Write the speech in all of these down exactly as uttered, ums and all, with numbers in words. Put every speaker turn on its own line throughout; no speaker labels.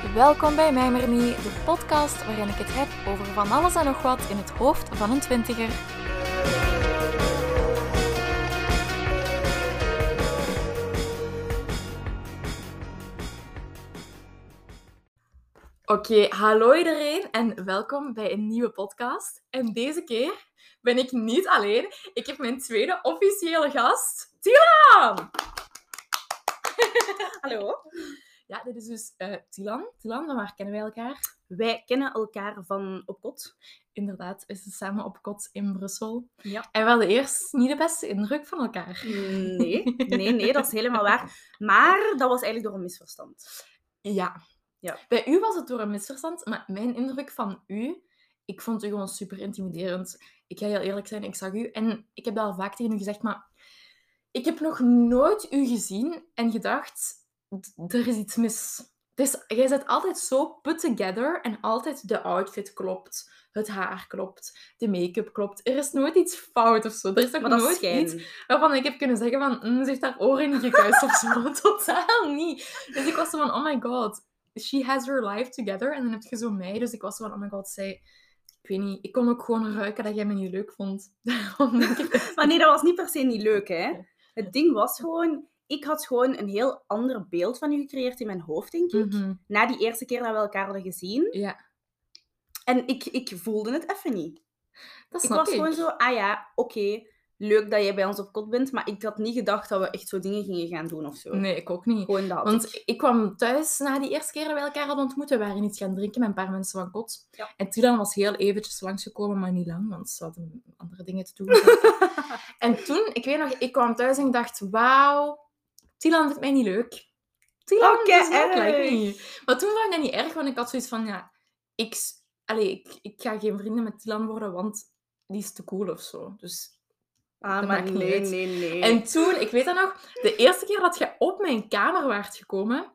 Welkom bij Mij Maar Niet, de podcast waarin ik het heb over van alles en nog wat in het hoofd van een twintiger. Oké, okay, hallo iedereen en welkom bij een nieuwe podcast. En deze keer ben ik niet alleen. Ik heb mijn tweede officiële gast, Tilan!
Hallo.
Ja, dit is dus uh, Tilan. Tilan, van waar kennen wij elkaar?
Wij kennen elkaar van op kot.
Inderdaad, we zitten samen op kot in Brussel.
Ja.
En we hadden eerst niet de beste indruk van elkaar.
Nee, nee, nee, dat is helemaal waar. Maar dat was eigenlijk door een misverstand.
Ja. ja. Bij u was het door een misverstand, maar mijn indruk van u... Ik vond u gewoon super intimiderend. Ik ga heel eerlijk zijn, ik zag u. En ik heb dat al vaak tegen u gezegd, maar... Ik heb nog nooit u gezien en gedacht... Er is iets mis. Dus jij zit altijd zo put together en altijd de outfit klopt. Het haar klopt. De make-up klopt. Er is nooit iets fout of zo. Er is ook nooit iets waarvan ik heb kunnen zeggen van... Mm, ze heeft haar oren niet gekuist of zo. Totaal niet. Dus ik was zo van... Oh my god. She has her life together. En dan heb je zo mij. Dus ik was zo van... Oh my god, zij... Ik weet niet. Ik kon ook gewoon ruiken dat jij me niet leuk vond.
Maar nee, dat was niet per se niet leuk, hè. Het ding was gewoon... Ik had gewoon een heel ander beeld van u gecreëerd in mijn hoofd, denk ik. Mm-hmm. Na die eerste keer dat we elkaar hadden gezien.
Ja.
En ik, ik voelde het even niet.
Dat
ik
snap
was
ik.
gewoon zo, ah ja, oké, okay, leuk dat jij bij ons op kot bent, maar ik had niet gedacht dat we echt zo dingen gingen gaan doen of zo.
Nee, ik ook niet.
Gewoon dat.
Want
ik.
ik kwam thuis na die eerste keer dat we elkaar hadden ontmoet. We waren iets gaan drinken met een paar mensen van kot.
Ja.
En Tilan was heel eventjes langsgekomen, maar niet lang, want ze hadden andere dingen te doen. En toen, ik weet nog, ik kwam thuis en ik dacht, wauw, Tilan vindt mij niet leuk. Tilan
okay,
does not like me. Maar toen vond ik dat niet erg, want ik had zoiets van, ja, ik, allez, ik, ik ga geen vrienden met Tilan worden, want die is te cool of zo. Dus...
Ah, maar nee, nee, nee.
En toen, ik weet dat nog, de eerste keer dat je op mijn kamer waart gekomen,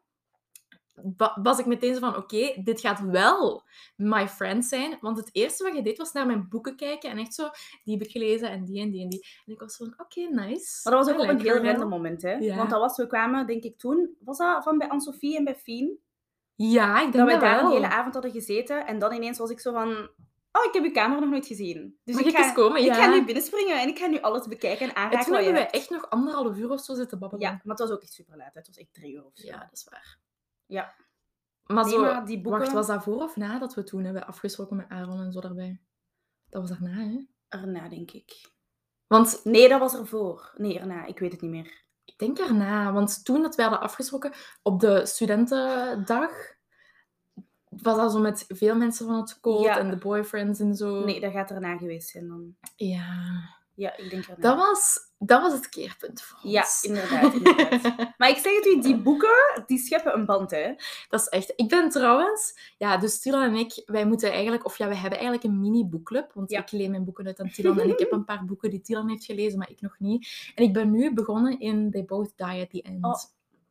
was ik meteen zo van, oké, okay, dit gaat wel my friend zijn. Want het eerste wat je deed, was naar mijn boeken kijken en echt zo, die heb ik gelezen en die en die en die. En ik was van, oké, okay, nice.
Maar dat was ook
I
op
like
een heel random moment, hè.
Ja.
Want dat was, we kwamen, denk ik toen, was dat van bij Anne-Sophie en bij Fien?
Ja, ik denk
dat
dat
we daar
wel.
een hele avond hadden gezeten en dan ineens was ik zo van... Oh, ik heb uw kamer nog nooit gezien. Dus
Mag
ik,
ik
ga,
eens komen? Ja.
ik ga nu binnenspringen en ik ga nu alles bekijken en aanraken.
En toen hebben we echt nog anderhalf uur of zo zitten babbelen.
Ja, maar het was ook echt super laat. Het was echt drie uur of zo.
Ja, dat is waar.
Ja.
Maar,
nee,
zo,
maar die boeken...
wacht, was dat voor of na dat we toen hebben afgesproken met Aaron en zo daarbij? Dat was daarna, hè?
Erna, denk ik.
Want...
Nee, dat was ervoor. Nee, erna. Ik weet het niet meer.
Ik denk erna, want toen dat we hadden afgesproken op de studentendag... Was dat zo met veel mensen van het code ja. en de boyfriends en zo?
Nee, dat gaat erna geweest zijn dan.
Ja.
Ja, ik denk erna.
Dat was, dat was het keerpunt voor ons.
Ja, inderdaad. inderdaad. Maar ik zeg het u, die boeken, die scheppen een band, hè.
Dat is echt... Ik ben trouwens... Ja, dus Tilan en ik, wij moeten eigenlijk... Of ja, wij hebben eigenlijk een mini-boekclub. Want ja. ik leen mijn boeken uit aan Tilan. En ik heb een paar boeken die Tilan heeft gelezen, maar ik nog niet. En ik ben nu begonnen in They Both Die at the End.
Oh.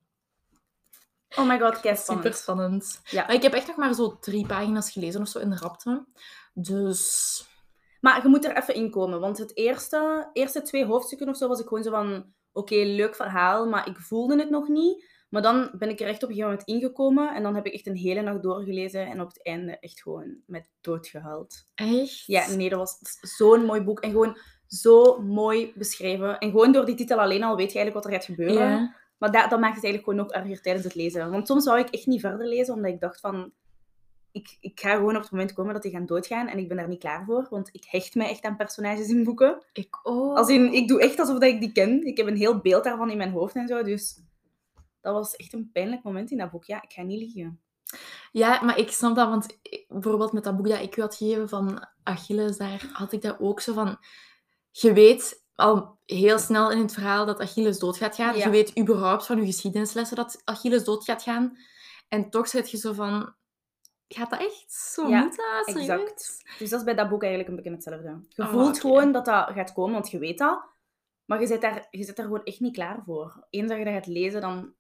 Oh my god, kei
spannend. Super spannend.
Ja.
Maar ik heb echt nog maar zo drie pagina's gelezen of zo in de rapte. Dus...
Maar je moet er even in komen, want het eerste, eerste twee hoofdstukken of zo was ik gewoon zo van... Oké, okay, leuk verhaal, maar ik voelde het nog niet. Maar dan ben ik er echt op een gegeven moment ingekomen en dan heb ik echt een hele nacht doorgelezen en op het einde echt gewoon met dood gehuild.
Echt?
Ja, nee, dat was zo'n mooi boek en gewoon zo mooi beschreven. En gewoon door die titel alleen al weet je eigenlijk wat er gaat gebeuren.
Yeah.
Maar dat, dat maakt het eigenlijk gewoon nog erger tijdens het lezen. Want soms zou ik echt niet verder lezen, omdat ik dacht van... Ik, ik ga gewoon op het moment komen dat die gaan doodgaan en ik ben daar niet klaar voor. Want ik hecht mij echt aan personages in boeken.
Ik ook.
Als in, ik doe echt alsof dat ik die ken. Ik heb een heel beeld daarvan in mijn hoofd en zo. Dus dat was echt een pijnlijk moment in dat boek. Ja, ik ga niet liegen.
Ja, maar ik snap dat, want bijvoorbeeld met dat boek dat ik u had gegeven van Achilles, daar had ik dat ook zo van... Je weet al heel snel in het verhaal dat Achilles dood gaat gaan. Ja. Je weet überhaupt van je geschiedenislessen dat Achilles dood gaat gaan. En toch zit je zo van... Gaat dat echt? Zo
ja,
moet dat? Serieus?
Exact. Dus dat is bij dat boek eigenlijk een beetje hetzelfde. Je
oh,
voelt
okay.
gewoon dat dat gaat komen, want je weet dat. Maar je zit daar, je zit daar gewoon echt niet klaar voor. Eens dat je dat gaat lezen, dan...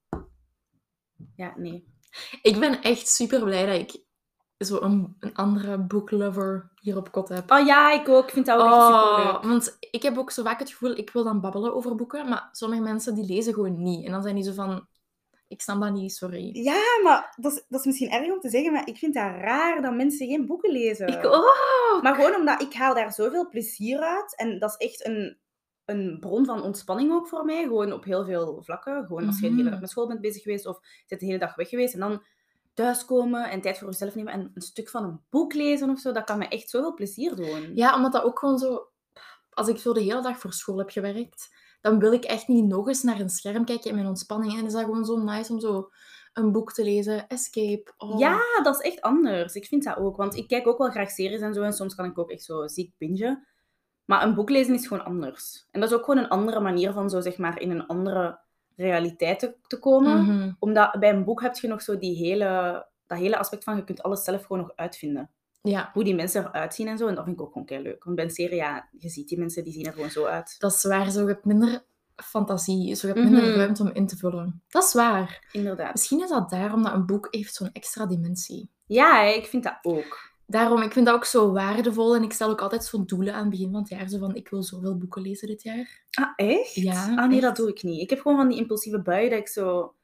Ja, nee.
Ik ben echt super blij dat ik zo een, een andere booklover hier op kot heb.
Oh ja, ik ook. Ik vind dat ook echt
oh,
superleuk.
Want ik heb ook zo vaak het gevoel, ik wil dan babbelen over boeken, maar sommige mensen die lezen gewoon niet. En dan zijn die zo van... Ik snap dat niet, sorry.
Ja, maar dat is, dat is misschien erg om te zeggen, maar ik vind dat raar dat mensen geen boeken lezen.
Ik ook!
Maar gewoon omdat ik haal daar zoveel plezier uit. En dat is echt een, een bron van ontspanning ook voor mij. Gewoon op heel veel vlakken. Gewoon als je de hele dag met school bent bezig geweest of je bent de hele dag weg geweest. En dan thuiskomen en tijd voor jezelf nemen en een stuk van een boek lezen of zo. Dat kan me echt zoveel plezier doen.
Ja, omdat dat ook gewoon zo... Als ik zo de hele dag voor school heb gewerkt, dan wil ik echt niet nog eens naar een scherm kijken in mijn ontspanning. En is dat gewoon zo nice om zo een boek te lezen. Escape. Oh.
Ja, dat is echt anders. Ik vind dat ook. Want ik kijk ook wel graag series en zo. En soms kan ik ook echt zo ziek bingen. Maar een boek lezen is gewoon anders. En dat is ook gewoon een andere manier van zo, zeg maar, in een andere realiteit te, te komen.
Mhm.
Omdat bij een boek heb je nog zo die hele, dat hele aspect van je kunt alles zelf gewoon nog uitvinden.
Ja,
Hoe die mensen eruit zien en zo. En dat vind ik ook gewoon kei leuk. Want bij een serie, ja, je ziet die mensen, die zien er gewoon zo uit.
dat is waar. Zo, je hebt minder fantasie. Zo, je hebt minder
Mhm.
ruimte om in te vullen. Dat is waar.
Inderdaad.
Misschien is dat daarom dat een boek heeft zo'n extra dimensie.
Ja, hè, ik vind dat ook.
Daarom, ik vind dat ook zo waardevol. En ik stel ook altijd zo'n doelen aan het begin van het jaar. Zo van, ik wil zoveel boeken lezen dit jaar.
Ah, echt?
Ja,
Ah, nee,
echt.
dat doe ik niet. Ik heb gewoon van die impulsieve buien dat ik zo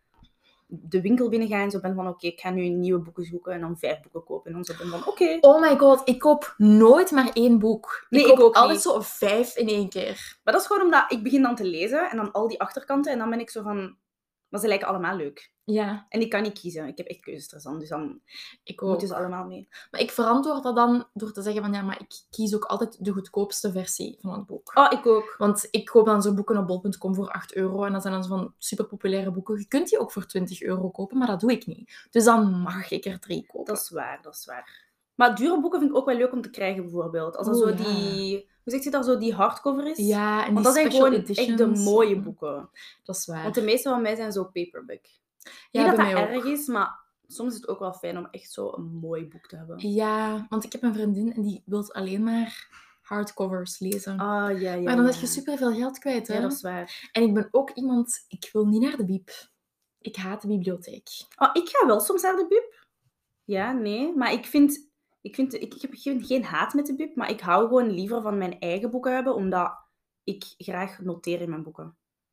de winkel binnen ga en zo ben van, oké, ik ga nu nieuwe boeken zoeken en dan vijf boeken kopen. En dan zo ben van, oké.
Oh my god, ik koop nooit maar één boek.
Nee,
ik
ik
koop
ook
altijd
niet.
zo vijf in één keer.
Maar dat is gewoon omdat ik begin dan te lezen en dan al die achterkanten en dan ben ik zo van, maar ze lijken allemaal leuk.
Ja,
En ik kan niet kiezen. Ik heb echt keuzestress dan, dus dan
ik ook.
moeten ze allemaal mee.
Maar ik verantwoord dat dan door te zeggen van, ja, maar ik kies ook altijd de goedkoopste versie van het boek.
Oh, ik ook.
Want ik koop dan zo boeken op bol punt com voor acht euro. En dat zijn dan zo van superpopulaire boeken. Je kunt die ook voor twintig euro kopen, maar dat doe ik niet. Dus dan mag ik er drie kopen.
Dat is waar, dat is waar. Maar dure boeken vind ik ook wel leuk om te krijgen, bijvoorbeeld. Als dat
Oeh,
zo
ja.
die... Hoe zegt je dat? Zo die hardcover is?
Ja, en die
Want dat zijn
special
gewoon
editions.
echt de mooie boeken.
Dat is waar.
Want de meeste van mij zijn zo paperback.
Ja,
Niet dat
bij
dat
mij
erg
ook.
is, maar soms is het ook wel fijn om echt zo een mooi boek te hebben.
Ja, want ik heb een vriendin en die wil alleen maar hardcovers lezen.
Ah, ja, ja,
maar dan
ja.
heb je superveel geld kwijt, hè?
Ja, dat is waar.
En ik ben ook iemand... Ik wil niet naar de bieb. Ik haat de bibliotheek.
Oh, ik ga wel soms naar de bib. Ja, nee. Maar ik vind... Ik, vind, ik, ik heb geen, geen haat met de bib, maar ik hou gewoon liever van mijn eigen boeken hebben, omdat ik graag noteer in mijn boeken.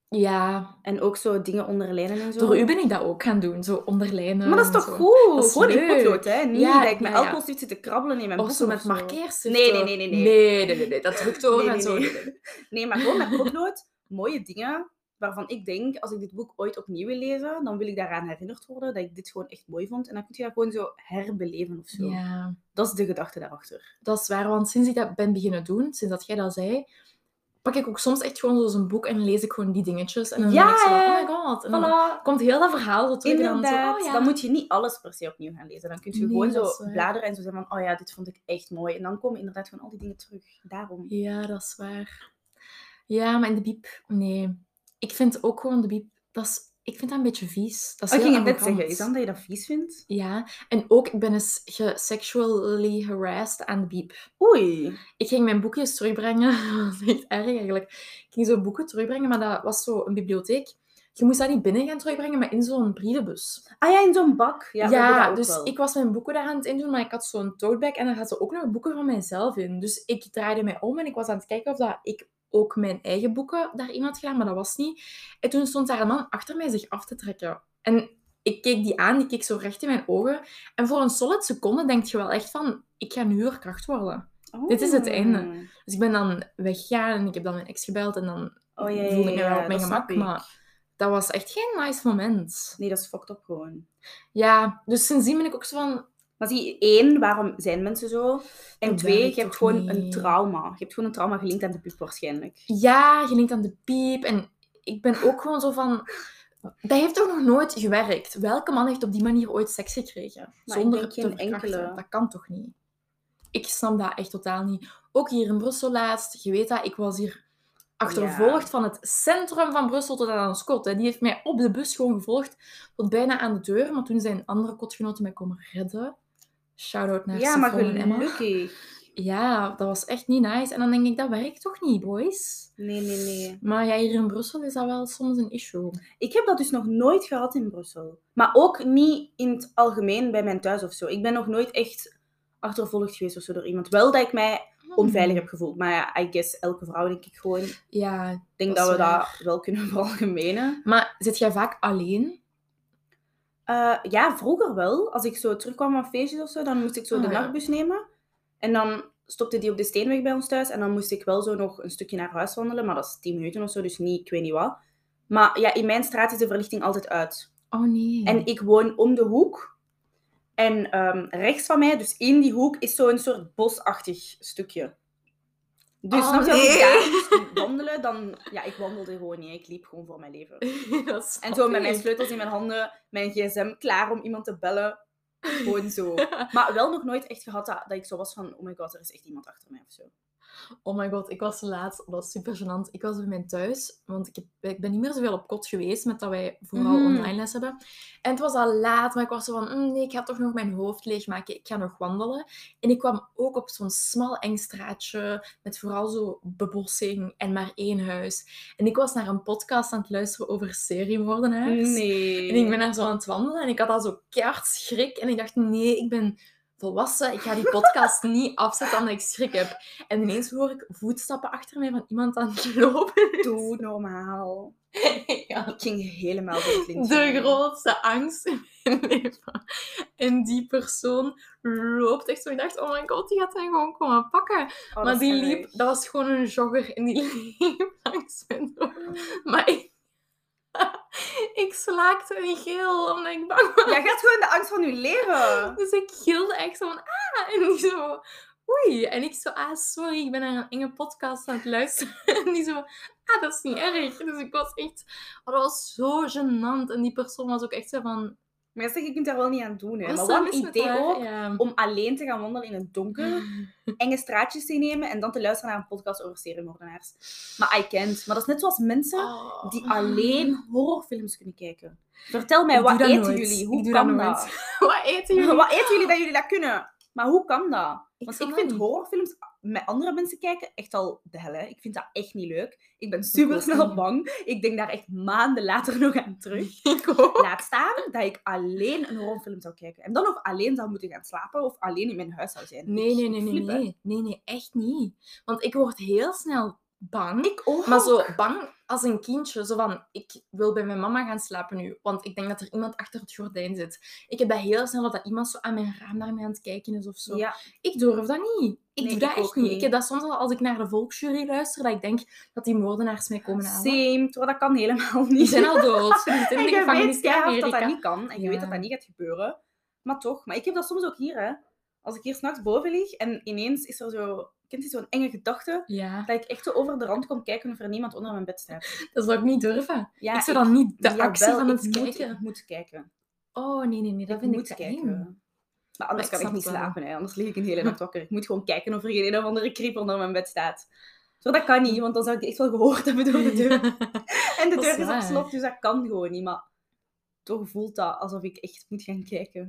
Ja,
En ook zo dingen onderlijnen en zo.
door u ben ik dat ook gaan doen. Zo onderlijnen.
Maar dat is
en
toch
zo.
goed?
Dat is
Gewoon in
leuk.
potlood, hè? Niet
Ja,
dat ik met
ja, ja.
alcoholstift zit te krabbelen in mijn
Of
boeken
zo met
of zo.
markeerstiften.
Nee, nee, nee, nee, nee.
Nee, nee, nee, nee. Dat drukt door
Nee,
en
nee,
zo.
nee.
Nee, nee, nee.
Nee, maar gewoon met potlood. Mooie dingen waarvan ik denk, als ik dit boek ooit opnieuw wil lezen, dan wil ik daaraan herinnerd worden dat ik dit gewoon echt mooi vond. En dan kun je dat gewoon zo herbeleven of zo.
Ja,
Dat is de gedachte daarachter.
dat is waar. Want sinds ik dat ben beginnen doen, sinds dat jij dat zei, pak ik ook soms echt gewoon zo'n boek en lees ik gewoon die dingetjes. En dan
Ja,
ben ik zo,
hè.
oh my god. En dan
Voilà.
komt heel dat verhaal zo terug. En dan, zo,
Inderdaad.
oh ja.
Dan moet je niet alles per se opnieuw gaan lezen. Dan kun je
Nee,
gewoon
dat is
zo
waar.
bladeren en zo zeggen van, oh ja, dit vond ik echt mooi. En dan komen inderdaad gewoon al die dingen terug. Daarom.
Ja, dat is waar. Ja, maar in de bieb, nee. Ik vind ook gewoon de bieb, dat is, ik vind dat een beetje vies. Dat is
Oh, ik
heel
ging het net
arrogant.
zeggen. Is dan dat je dat vies vindt?
Ja, en ook, ik ben eens gesexually harassed aan de bieb.
Oei.
Ik ging mijn boekjes terugbrengen. Dat is echt erg eigenlijk. Ik ging zo boeken terugbrengen, maar dat was zo een bibliotheek. Je moest dat niet binnen gaan terugbrengen, maar in zo'n brievenbus.
Ah ja, in zo'n bak. Ja, we hebben dat ook
dus
wel.
ik was mijn boeken daar aan het indoen, maar ik had zo'n tote bag en daar zaten ook nog boeken van mijzelf in. Dus ik draaide mij om en ik was aan het kijken of dat ik ook mijn eigen boeken daarin had gedaan, maar dat was niet. En toen stond daar een man achter mij zich af te trekken. En ik keek die aan, die keek zo recht in mijn ogen. En voor een solid seconde denk je wel echt van, ik ga nu huurkracht worden.
Oh.
Dit is het einde. Dus ik ben dan weggegaan en ik heb dan mijn ex gebeld en dan
Oh, ja, ja,
voelde ik me
ja,
wel op mijn
dat snap
gemak.
ik.
Maar dat was echt geen nice moment.
Nee, dat is fucked up gewoon.
Ja, dus sindsdien ben ik ook zo van...
Maar zie, één, waarom zijn mensen zo? En
Dat
twee,
werkt
je hebt
toch
gewoon
niet?
een trauma. Je hebt gewoon een trauma gelinkt aan de pub waarschijnlijk.
Ja, gelinkt aan de piep. En ik ben ook gewoon zo van... Dat heeft toch nog nooit gewerkt? Welke man heeft op die manier ooit seks gekregen?
Maar ik
Zonder
denk
te
geen
verkrachten?
enkele.
Dat kan toch niet? Ik snap dat echt totaal niet. Ook hier in Brussel laatst. Je weet dat, ik was hier achtervolgd
Ja.
van het centrum van Brussel tot aan een Scot. Hè. Die heeft mij op de bus gewoon gevolgd tot bijna aan de deur. Maar toen zijn andere kotgenoten mij komen redden. Shout-out naar
Ja, maar
Safon en Emma.
gelukkig.
Ja, dat was echt niet nice. En dan denk ik, dat werkt toch niet, boys?
Nee, nee, nee.
Maar ja, hier in Brussel is dat wel soms een issue.
Ik heb dat dus nog nooit gehad in Brussel. Maar ook niet in het algemeen bij mijn thuis of zo. Ik ben nog nooit echt achtervolgd geweest of zo door iemand. Wel dat ik mij onveilig heb gevoeld. Maar ja, I guess elke vrouw denk ik gewoon. Ik
Ja,
denk
dat
dat,
is
we
waar.
dat wel kunnen veralgemenen.
Maar zit jij vaak alleen?
Uh, ja, vroeger wel. Als ik zo terugkwam van feestjes of zo, dan moest ik zo
Oh,
de
ja.
nachtbus nemen. En dan stopte die op de Steenweg bij ons thuis. En dan moest ik wel zo nog een stukje naar huis wandelen. Maar dat is tien minuten of zo, dus niet, ik weet niet wat. Maar ja, in mijn straat is de verlichting altijd uit.
Oh nee.
En ik woon om de hoek. En um, rechts van mij, dus in die hoek, is zo'n soort bosachtig stukje. Dus
oh,
snap je,
nee.
als ik daar moest wandelen, dan... Ja, ik wandelde gewoon niet. Ik liep gewoon voor mijn leven. En zo met mijn sleutels in mijn handen, mijn gsm klaar om iemand te bellen. Gewoon zo. Maar wel nog nooit echt gehad dat, dat ik zo was van... Oh my god, er is echt iemand achter mij of zo.
Oh my god, ik was laatst... Dat was super gênant. Ik was bij mijn thuis, want ik, heb, ik ben niet meer zoveel op kot geweest, met dat wij vooral
Mm.
online les hebben. En het was al laat, maar ik was zo van... Mm, nee, ik ga toch nog mijn hoofd leegmaken. Ik ga nog wandelen. En ik kwam ook op zo'n smal eng straatje, met vooral zo bebossing en maar één huis. En ik was naar een podcast aan het luisteren over seriemoordenaars.
Nee.
En ik ben daar zo aan het wandelen en ik had al zo keihard schrik. En ik dacht, nee, ik ben volwassen. Ik ga die podcast niet afzetten omdat ik schrik heb. En ineens hoor ik voetstappen achter mij van iemand aan het lopen.
Doe normaal.
Ja.
Ik ging helemaal door het lintje.
De grootste angst in mijn leven. En die persoon loopt echt zo. Ik dacht, oh my god, die gaat mij gewoon komen pakken.
Oh,
maar die
erg.
liep, dat was gewoon een jogger en die liep langs mijn door. Maar ik... ik slaakte een gil, omdat ik bang was.
Jij gaat gewoon de angst van je leven.
Dus ik gilde echt zo van, ah, en die zo, oei. En ik zo, ah, sorry, ik ben naar een enge podcast aan het luisteren. En die zo, ah, dat is niet erg. Dus ik was echt, oh, dat was zo gênant. En die persoon was ook echt zo van...
Maar zeg, je kunt daar wel niet aan doen, hè.
Wat
Maar
is er
wat een
mis met
idee
haar?
ook
Ja.
om alleen te gaan wandelen in het donker, enge straatjes te nemen en dan te luisteren naar een podcast over seriemoordenaars. Maar I can't. Maar dat is net zoals mensen
Oh.
die alleen horrorfilms kunnen kijken. Vertel mij,
Ik doe
wat
dat
eten
nooit.
jullie?
Ik
Hoe
doe
kan
dat
dat?
nooit. Wat eten jullie?
Wat eten jullie dat jullie dat kunnen? Maar hoe kan dat?
Ik
Want
snap
ik
dat
vind
niet.
horrorfilms met andere mensen kijken echt al de hel, hè. Ik vind dat echt niet leuk. Ik ben super
ook
snel
niet.
bang. Ik denk daar echt maanden later nog aan terug.
Ik ook.
Laat staan dat ik alleen een horrorfilm zou kijken. En dan nog alleen zou moeten gaan slapen of alleen in mijn huis zou zijn.
Nee,
Ik-
nee,
ik
nee, nee,
flip, hè.
nee. Nee, nee, echt niet. Want ik word heel snel bang.
Ik ook.
Maar zo bang als een kindje. Zo van, ik wil bij mijn mama gaan slapen nu. Want ik denk dat er iemand achter het gordijn zit. Ik heb dat heel snel, dat, dat iemand zo aan mijn raam naar mij aan het kijken is of zo.
Ja,
Ik durf dat niet. Ik
Nee,
doe dat
ik
echt
ook
niet.
niet.
Ik heb dat soms al als ik naar de volksjury luister, dat ik denk dat die moordenaars mij komen halen.
same. Terwijl dat kan helemaal niet.
Die zijn al dood. Ze zitten in
En
de
je
gevangenis
weet
in
keihard dat dat
Amerika.
niet kan. En je
Ja.
weet dat dat niet gaat gebeuren. Maar toch. Maar ik heb dat soms ook hier, hè. Als ik hier s'nachts boven lig en ineens is er zo... Kent je zo'n enge gedachte?
Ja,
Dat ik echt zo over de rand kom kijken of er niemand onder mijn bed staat.
dat zou ik niet durven.
Ja,
ik zou dan niet de
jawel,
actie van
ik
het
moet,
kijken.
Ik moet kijken.
Oh, nee, nee, nee. Dat
ik
vind
moet
ik te
kijken.
eng.
Maar anders
Maar ik
kan ik
snap
niet
het wel.
slapen, hè. Anders lig ik een hele nacht wakker. Ik moet gewoon kijken of er geen een of andere creep onder mijn bed staat. Zo, dat kan niet, want dan zou ik die echt wel gehoord hebben door de deur. En de
Dat
deur
is
is op
waar.
slot, dus dat kan gewoon niet. Maar toch voelt dat alsof ik echt moet gaan kijken.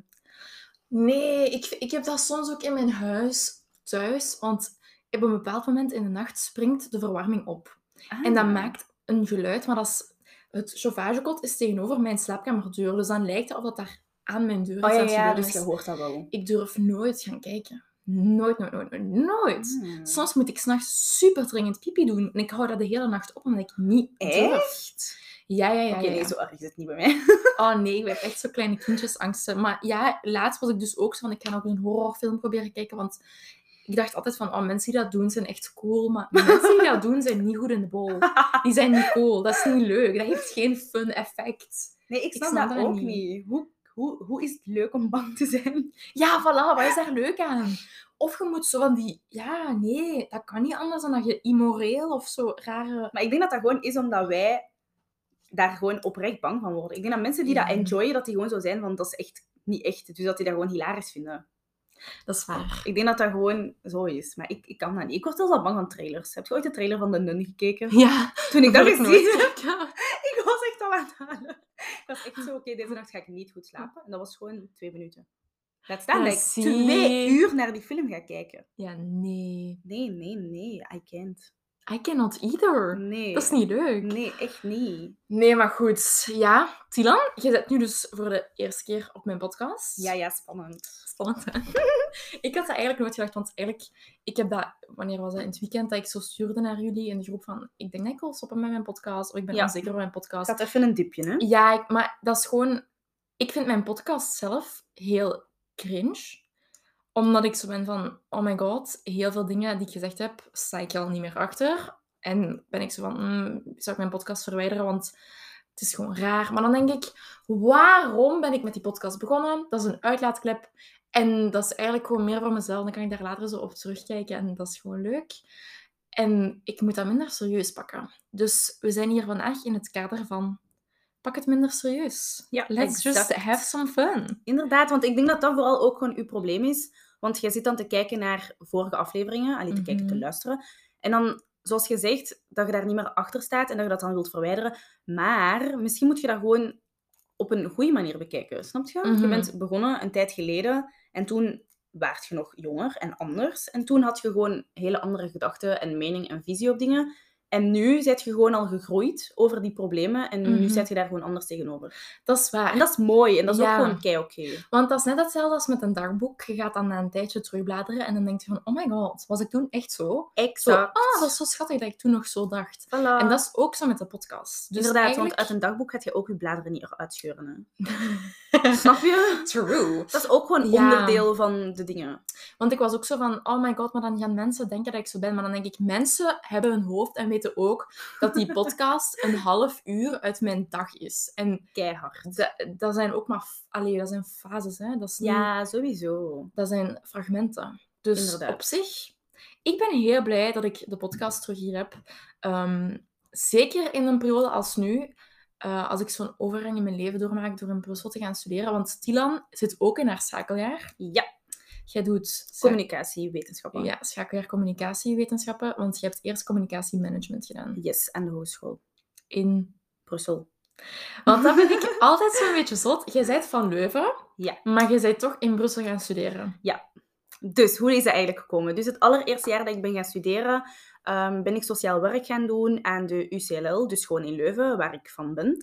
Nee, ik, ik heb dat soms ook in mijn huis thuis. Want op een bepaald moment in de nacht springt de verwarming op. En dat
Ah.
maakt een geluid, maar dat is, het chauffagekot is tegenover mijn slaapkamerdeur. Dus dan lijkt het of dat daar aan mijn deur is
Oh ja,
aan het
ja,
gebeuren
dus je
is.
hoort dat wel.
Ik durf nooit gaan kijken. Nooit, nooit, nooit, nooit. nooit.
Hmm.
Soms moet ik s'nachts super dringend pipi doen. En ik hou dat de hele nacht op, omdat ik niet durf.
Echt?
Ja, ja, ja.
Oké,
ja,
nee,
ja.
zo erg is het niet bij mij.
Oh nee, ik heb echt zo kleine kindjesangsten. Maar ja, laatst was ik dus ook zo van, ik ga nog een horrorfilm proberen kijken, want ik dacht altijd van, oh, mensen die dat doen zijn echt cool, maar mensen die dat doen zijn niet goed in de bol. Die zijn niet cool, dat is niet leuk, dat heeft geen fun effect.
Nee, ik snap,
snap
dat
dat
ook
niet.
niet. Hoe, hoe, hoe is het leuk om bang te zijn?
Ja, voilà, wat is daar leuk aan? Of je moet zo van die, ja, nee, dat kan niet anders dan dat je immoreel of zo rare...
Maar ik denk dat dat gewoon is omdat wij daar gewoon oprecht bang van worden. Ik denk dat mensen die dat
Ja.
enjoyen, dat die gewoon zo zijn van, dat is echt niet echt. Dus dat die dat gewoon hilarisch vinden.
Dat is waar.
Ik denk dat dat gewoon zo is. Maar ik, ik kan dat niet. Ik word zelfs al bang van trailers. Heb je ooit de trailer van The Nun gekeken?
Ja,
Toen ik dat
wil ik
gezien
nooit
heb,
kijken.
ik was echt al aan het halen. Ik was echt zo, oké, deze nacht ga ik niet goed slapen. En dat was gewoon twee minuten. Laat staan
Ja,
dat ik
zie.
twee uur naar die film ga kijken.
Ja, nee.
Nee, nee, nee. I can't.
I cannot either.
Nee.
Dat is niet leuk.
Nee, echt niet.
Nee, maar goed. Ja, Tilan, je zit nu dus voor de eerste keer op mijn podcast.
Ja, ja, spannend.
Spannend, hè? Ik had dat eigenlijk nooit gedacht, want eigenlijk... Ik heb dat... Wanneer was dat? In het weekend dat ik zo stuurde naar jullie in de groep van... Ik denk dat ik wil stoppen met mijn podcast, of ik ben
Ja.
onzeker over mijn
Ik
podcast.
had even een dipje, hè?
Ja, ik- maar dat is gewoon... ik vind mijn podcast zelf heel cringe. Omdat ik zo ben van, oh my god, heel veel dingen die ik gezegd heb, sta ik al niet meer achter. En ben ik zo van, mm, zou ik mijn podcast verwijderen, want het is gewoon raar. Maar dan denk ik, waarom ben ik met die podcast begonnen? Dat is een uitlaatklep. En dat is eigenlijk gewoon meer voor mezelf. Dan kan ik daar later zo op terugkijken en dat is gewoon leuk. En ik moet dat minder serieus pakken. Dus we zijn hier vandaag in het kader van, pak het minder serieus.
Ja,
Let's just
exact.
have some fun.
Inderdaad, want ik denk dat dat vooral ook gewoon uw probleem is. Want jij zit dan te kijken naar vorige afleveringen, alleen te
Mhm.
kijken, te luisteren. En dan, zoals je zegt, dat je daar niet meer achter staat en dat je dat dan wilt verwijderen. Maar misschien moet je dat gewoon op een goede manier bekijken, snap je? Je
Mhm.
bent begonnen een tijd geleden en toen waart je nog jonger en anders. En toen had je gewoon hele andere gedachten en mening en visie op dingen. En nu zit je gewoon al gegroeid over die problemen en nu
Mhm.
zit je daar gewoon anders tegenover.
Dat is waar.
En dat is mooi en dat is
Ja.
ook gewoon kei oké.
Want dat is net hetzelfde als met een dagboek. Je gaat dan na een tijdje terugbladeren en dan denk je van, oh my god, was ik toen echt zo? Zo,
Exact.
ah, dat is zo schattig dat ik toen nog zo dacht.
Voilà.
En dat is ook zo met de podcast. Dus
Inderdaad,
eigenlijk...
want uit een dagboek gaat je ook je bladeren niet uitscheuren. Hè? Snap je?
True.
Dat is ook gewoon
Ja.
onderdeel van de dingen.
Want ik was ook zo van, oh my god, maar dan gaan mensen denken dat ik zo ben. Maar dan denk ik, mensen hebben een hoofd en weten ook dat die podcast een half uur uit mijn dag is. En
Keihard.
dat, dat zijn ook maar... f- Allee, dat zijn fases, hè. Dat is niet...
Ja, sowieso.
Dat zijn fragmenten. Dus
Inderdaad.
op zich, ik ben heel blij dat ik de podcast terug hier heb. Ehm, zeker in een periode als nu, uh, als ik zo'n overgang in mijn leven doormaak door in Brussel te gaan studeren. Want Tilan zit ook in haar schakeljaar.
Ja,
Jij doet scha-
communicatiewetenschappen.
ja, schakeljaar communicatiewetenschappen, want je hebt eerst communicatiemanagement gedaan
Yes, en de hogeschool.
in...
Brussel.
Want dat vind ik altijd zo'n beetje zot. Jij bent van Leuven,
Ja.
maar je bent toch in Brussel gaan studeren.
Dus, hoe is dat eigenlijk gekomen? Dus het allereerste jaar dat ik ben gaan studeren, um, ben ik sociaal werk gaan doen aan de U C L L, dus gewoon in Leuven, waar ik van ben.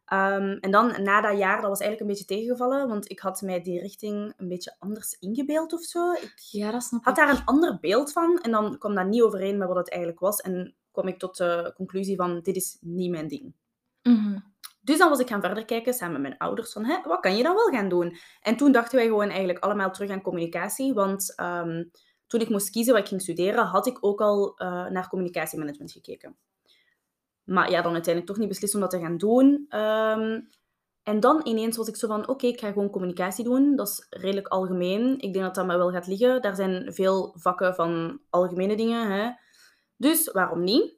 Um, en dan, na dat jaar, dat was eigenlijk een beetje tegengevallen, want ik had mij die richting een beetje anders ingebeeld of zo. Ik
Ja, dat snap
had
ik.
daar een ander beeld van en dan kwam dat niet overeen met wat het eigenlijk was. En kwam ik tot de conclusie van, dit is niet mijn ding.
Mhm.
Dus dan was ik gaan verder kijken, samen met mijn ouders, van, hè, wat kan je dan wel gaan doen? En toen dachten wij gewoon eigenlijk allemaal terug aan communicatie, want um, toen ik moest kiezen wat ik ging studeren, had ik ook al uh, naar communicatiemanagement gekeken. Maar ja, dan uiteindelijk toch niet beslist om dat te gaan doen. Um, en dan ineens was ik zo van, oké, okay, ik ga gewoon communicatie doen. Dat is redelijk algemeen. Ik denk dat dat mij wel gaat liggen. Daar zijn veel vakken van algemene dingen. Hè? Dus waarom niet?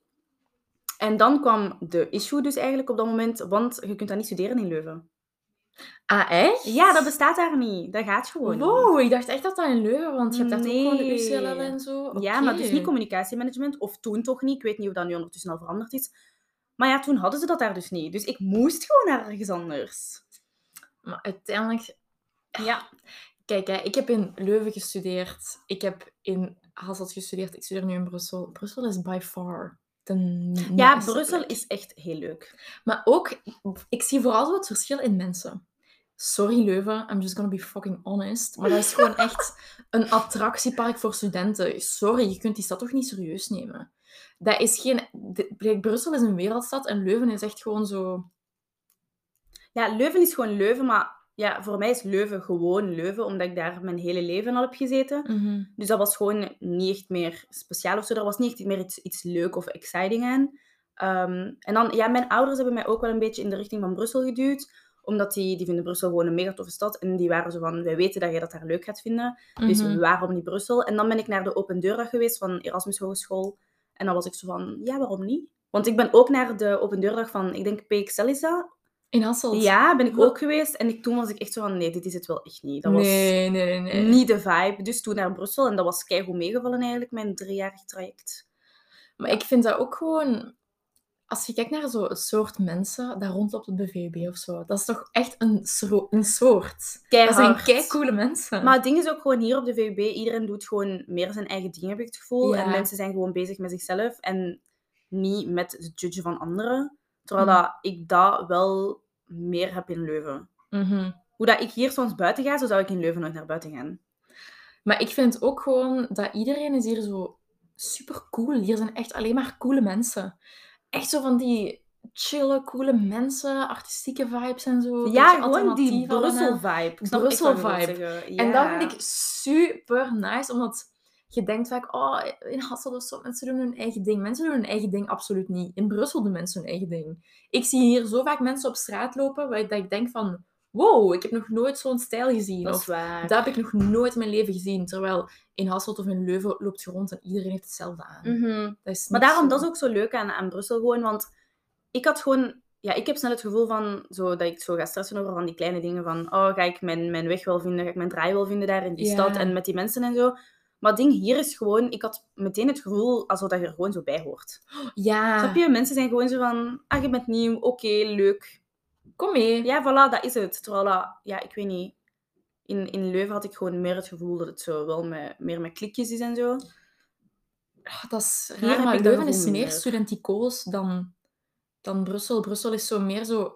En dan kwam de issue dus eigenlijk op dat moment, want je kunt dat niet studeren in Leuven.
Ah, echt?
Ja, dat bestaat daar niet. Dat gaat gewoon niet.
Wow, ik dacht echt dat dat in Leuven, want je hebt daar
Nee.
toch gewoon de U C L L en zo.
Ja,
Oké.
maar dus niet communicatiemanagement, of toen toch niet. Ik weet niet of dat nu ondertussen al veranderd is. Maar ja, toen hadden ze dat daar dus niet. Dus ik moest gewoon naar ergens anders.
Maar uiteindelijk...
Ja.
Kijk, hè, ik heb in Leuven gestudeerd. Ik heb in Hasselt gestudeerd. Ik studeer nu in Brussel. Brussel is by far de
Ja,
nice
Brussel
plek.
is echt heel leuk.
Maar ook, ik zie vooral zo het verschil in mensen. Sorry Leuven, I'm just gonna be fucking honest. Maar dat is gewoon echt een attractiepark voor studenten. Sorry, je kunt die stad toch niet serieus nemen. Dat is geen... de- Brussel is een wereldstad en Leuven is echt gewoon zo...
Ja, Leuven is gewoon Leuven, maar ja, voor mij is Leuven gewoon Leuven, omdat ik daar mijn hele leven al heb gezeten.
Mhm.
Dus dat was gewoon niet echt meer speciaal of zo. Er was niet echt meer iets, iets leuk of exciting aan. Um, en dan, ja, mijn ouders hebben mij ook wel een beetje in de richting van Brussel geduwd, omdat die, die vinden Brussel gewoon een mega toffe stad. En die waren zo van, wij weten dat jij dat daar leuk gaat vinden. Dus
Mhm.
waarom niet Brussel? En dan ben ik naar de Open Deurdag geweest van Erasmus Hogeschool. En dan was ik zo van, ja, waarom niet? Want ik ben ook naar de Open Deurdag van, ik denk P X L is dat.
In Hasselt?
Ja, ben ik
Wat?
ook geweest. En ik, toen was ik echt zo van, nee, dit is het wel echt niet. Dat was
Nee, nee, nee, nee.
niet de vibe. Dus toen naar Brussel. En dat was keigoed meegevallen eigenlijk, mijn driejarig traject.
Maar ik vind dat ook gewoon... Als je kijkt naar zo het soort mensen dat rondloopt op de V U B of zo, dat is toch echt een, sro- een soort.
Keihard.
Dat zijn keicoole mensen.
Maar het ding is ook gewoon hier op de V U B, iedereen doet gewoon meer zijn eigen ding, heb ik het gevoel.
Ja.
En mensen zijn gewoon bezig met zichzelf en niet met het judgen van anderen. Terwijl
Mhm.
dat ik dat wel meer heb in Leuven.
Mhm.
Hoe dat ik hier soms buiten ga, zo zou ik in Leuven nooit naar buiten gaan.
Maar ik vind ook gewoon dat iedereen is hier zo super cool. Hier zijn echt alleen maar coole mensen. Echt zo van die chille, coole mensen, artistieke vibes en zo.
Ja,
beetje
gewoon die
alternatief allemaal.
Brussel-vibe. Ik snap echt wat je wilt
Brussel-vibe.
zeggen.
En dat
Ja.
vind ik super nice, omdat je denkt vaak, oh, in Hasselt of zo, mensen doen hun eigen ding. Mensen doen hun eigen ding absoluut niet. In Brussel doen mensen hun eigen ding. Ik zie hier zo vaak mensen op straat lopen, waar ik- dat ik denk van, wow, ik heb nog nooit zo'n stijl gezien.
Dat is
Of
waar.
dat heb ik nog nooit in mijn leven gezien. Terwijl in Hasselt of in Leuven loopt je rond en iedereen heeft hetzelfde aan.
Mhm.
Dat is
Maar
niet
daarom,
zo.
dat is ook zo leuk aan, aan Brussel gewoon, want ik had gewoon... Ja, ik heb snel het gevoel van, zo, dat ik zo ga stressen over van die kleine dingen van, oh, ga ik mijn, mijn weg wel vinden, ga ik mijn draai wel vinden daar in die
Ja.
stad en met die mensen en zo. Maar het ding hier is gewoon, ik had meteen het gevoel alsof dat je er gewoon zo bij hoort.
Ja.
Snap je? Mensen zijn gewoon zo van, ah, je bent nieuw, oké, leuk.
Kom mee.
Ja, voilà, dat is het. Terwijl dat, ja, ik weet niet, in, in Leuven had ik gewoon meer het gevoel dat het zo wel met, meer met klikjes is en zo.
Ah, dat is
Hier
raar,
heb
maar
ik dat
Leuven is
gevoel
meer
minder.
studenticoos dan, dan Brussel. Brussel is zo meer zo...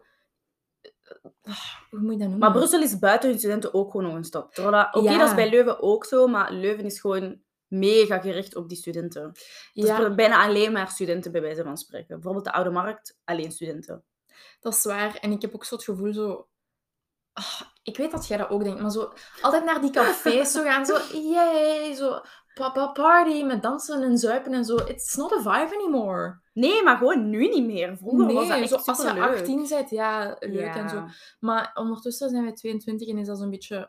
Ah, hoe moet je dat noemen?
Maar Brussel is buiten hun studenten ook gewoon nog een stap. Terwijl dat, oké,
Ja.
dat is bij Leuven ook zo, maar Leuven is gewoon mega gericht op die studenten. Het
Ja,
is bijna alleen maar studenten, bij wijze van spreken. Bijvoorbeeld de Oude Markt, alleen studenten.
dat is waar. En ik heb ook zo het gevoel zo... Ah, ik weet dat jij dat ook denkt, maar zo... Altijd naar die cafés zo gaan, zo... Yay, zo... Papa party, met dansen en zuipen en zo. It's not a vibe anymore.
Nee, maar gewoon nu niet meer. Vroeger
Nee,
was dat echt
zo, als je
superleuk.
achttien bent, ja, leuk
Ja.
en zo. Maar ondertussen zijn we tweeëntwintig en is dat zo'n beetje...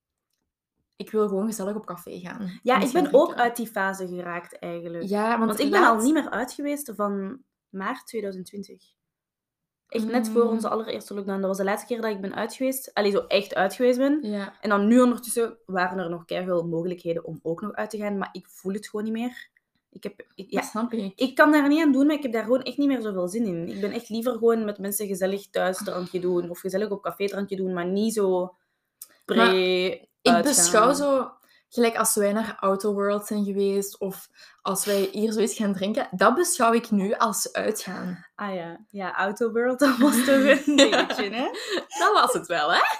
Ik wil gewoon gezellig op café gaan.
Ja,
En
ik
gaan
ben ook
drinken.
uit die fase geraakt, eigenlijk.
Ja, want,
Want ik ben
laat-
al niet meer uit geweest van maart tweeduizend twintig. Echt net voor
Mm.
onze allereerste lockdown. Dat was de laatste keer dat ik ben uit geweest. Allee, zo echt uit geweest ben.
Ja.
En dan nu ondertussen waren er nog keiveel mogelijkheden om ook nog uit te gaan. Maar ik voel het gewoon niet meer. Ik, heb, ik,
Dat
ja,
snap ik.
ik kan daar niet aan doen, maar ik heb daar gewoon echt niet meer zoveel zin in. Ik ben echt liever gewoon met mensen gezellig thuis drankje doen. Of gezellig op café drankje doen, maar niet zo pre
Maar Ik
uitgaan.
beschouw zo... Gelijk als wij naar Auto World zijn geweest, of als wij hier zoiets gaan drinken, dat beschouw ik nu als uitgaan.
Ah ja, ja, Auto World, dat was toch een dingetje, hè?
Dat was het wel, hè?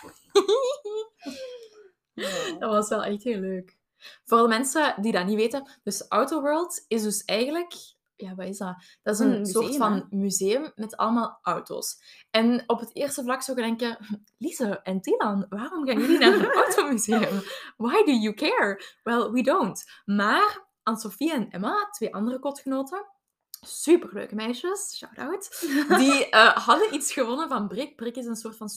Ja.
Dat was wel echt heel leuk. Voor de mensen die dat niet weten, dus Auto World is dus eigenlijk... Ja, wat is dat? Dat is een,
Een
soort
museum,
van
hè?
museum met allemaal auto's. En op het eerste vlak zou je denken... Lise en Tilan, waarom gaan jullie naar een automuseum? Why do you care? Well, we don't. Maar Anne-Sophie en Emma, twee andere kotgenoten... Superleuke meisjes, shout-out. Die eh, hadden iets gewonnen van Brik. Brik is een soort van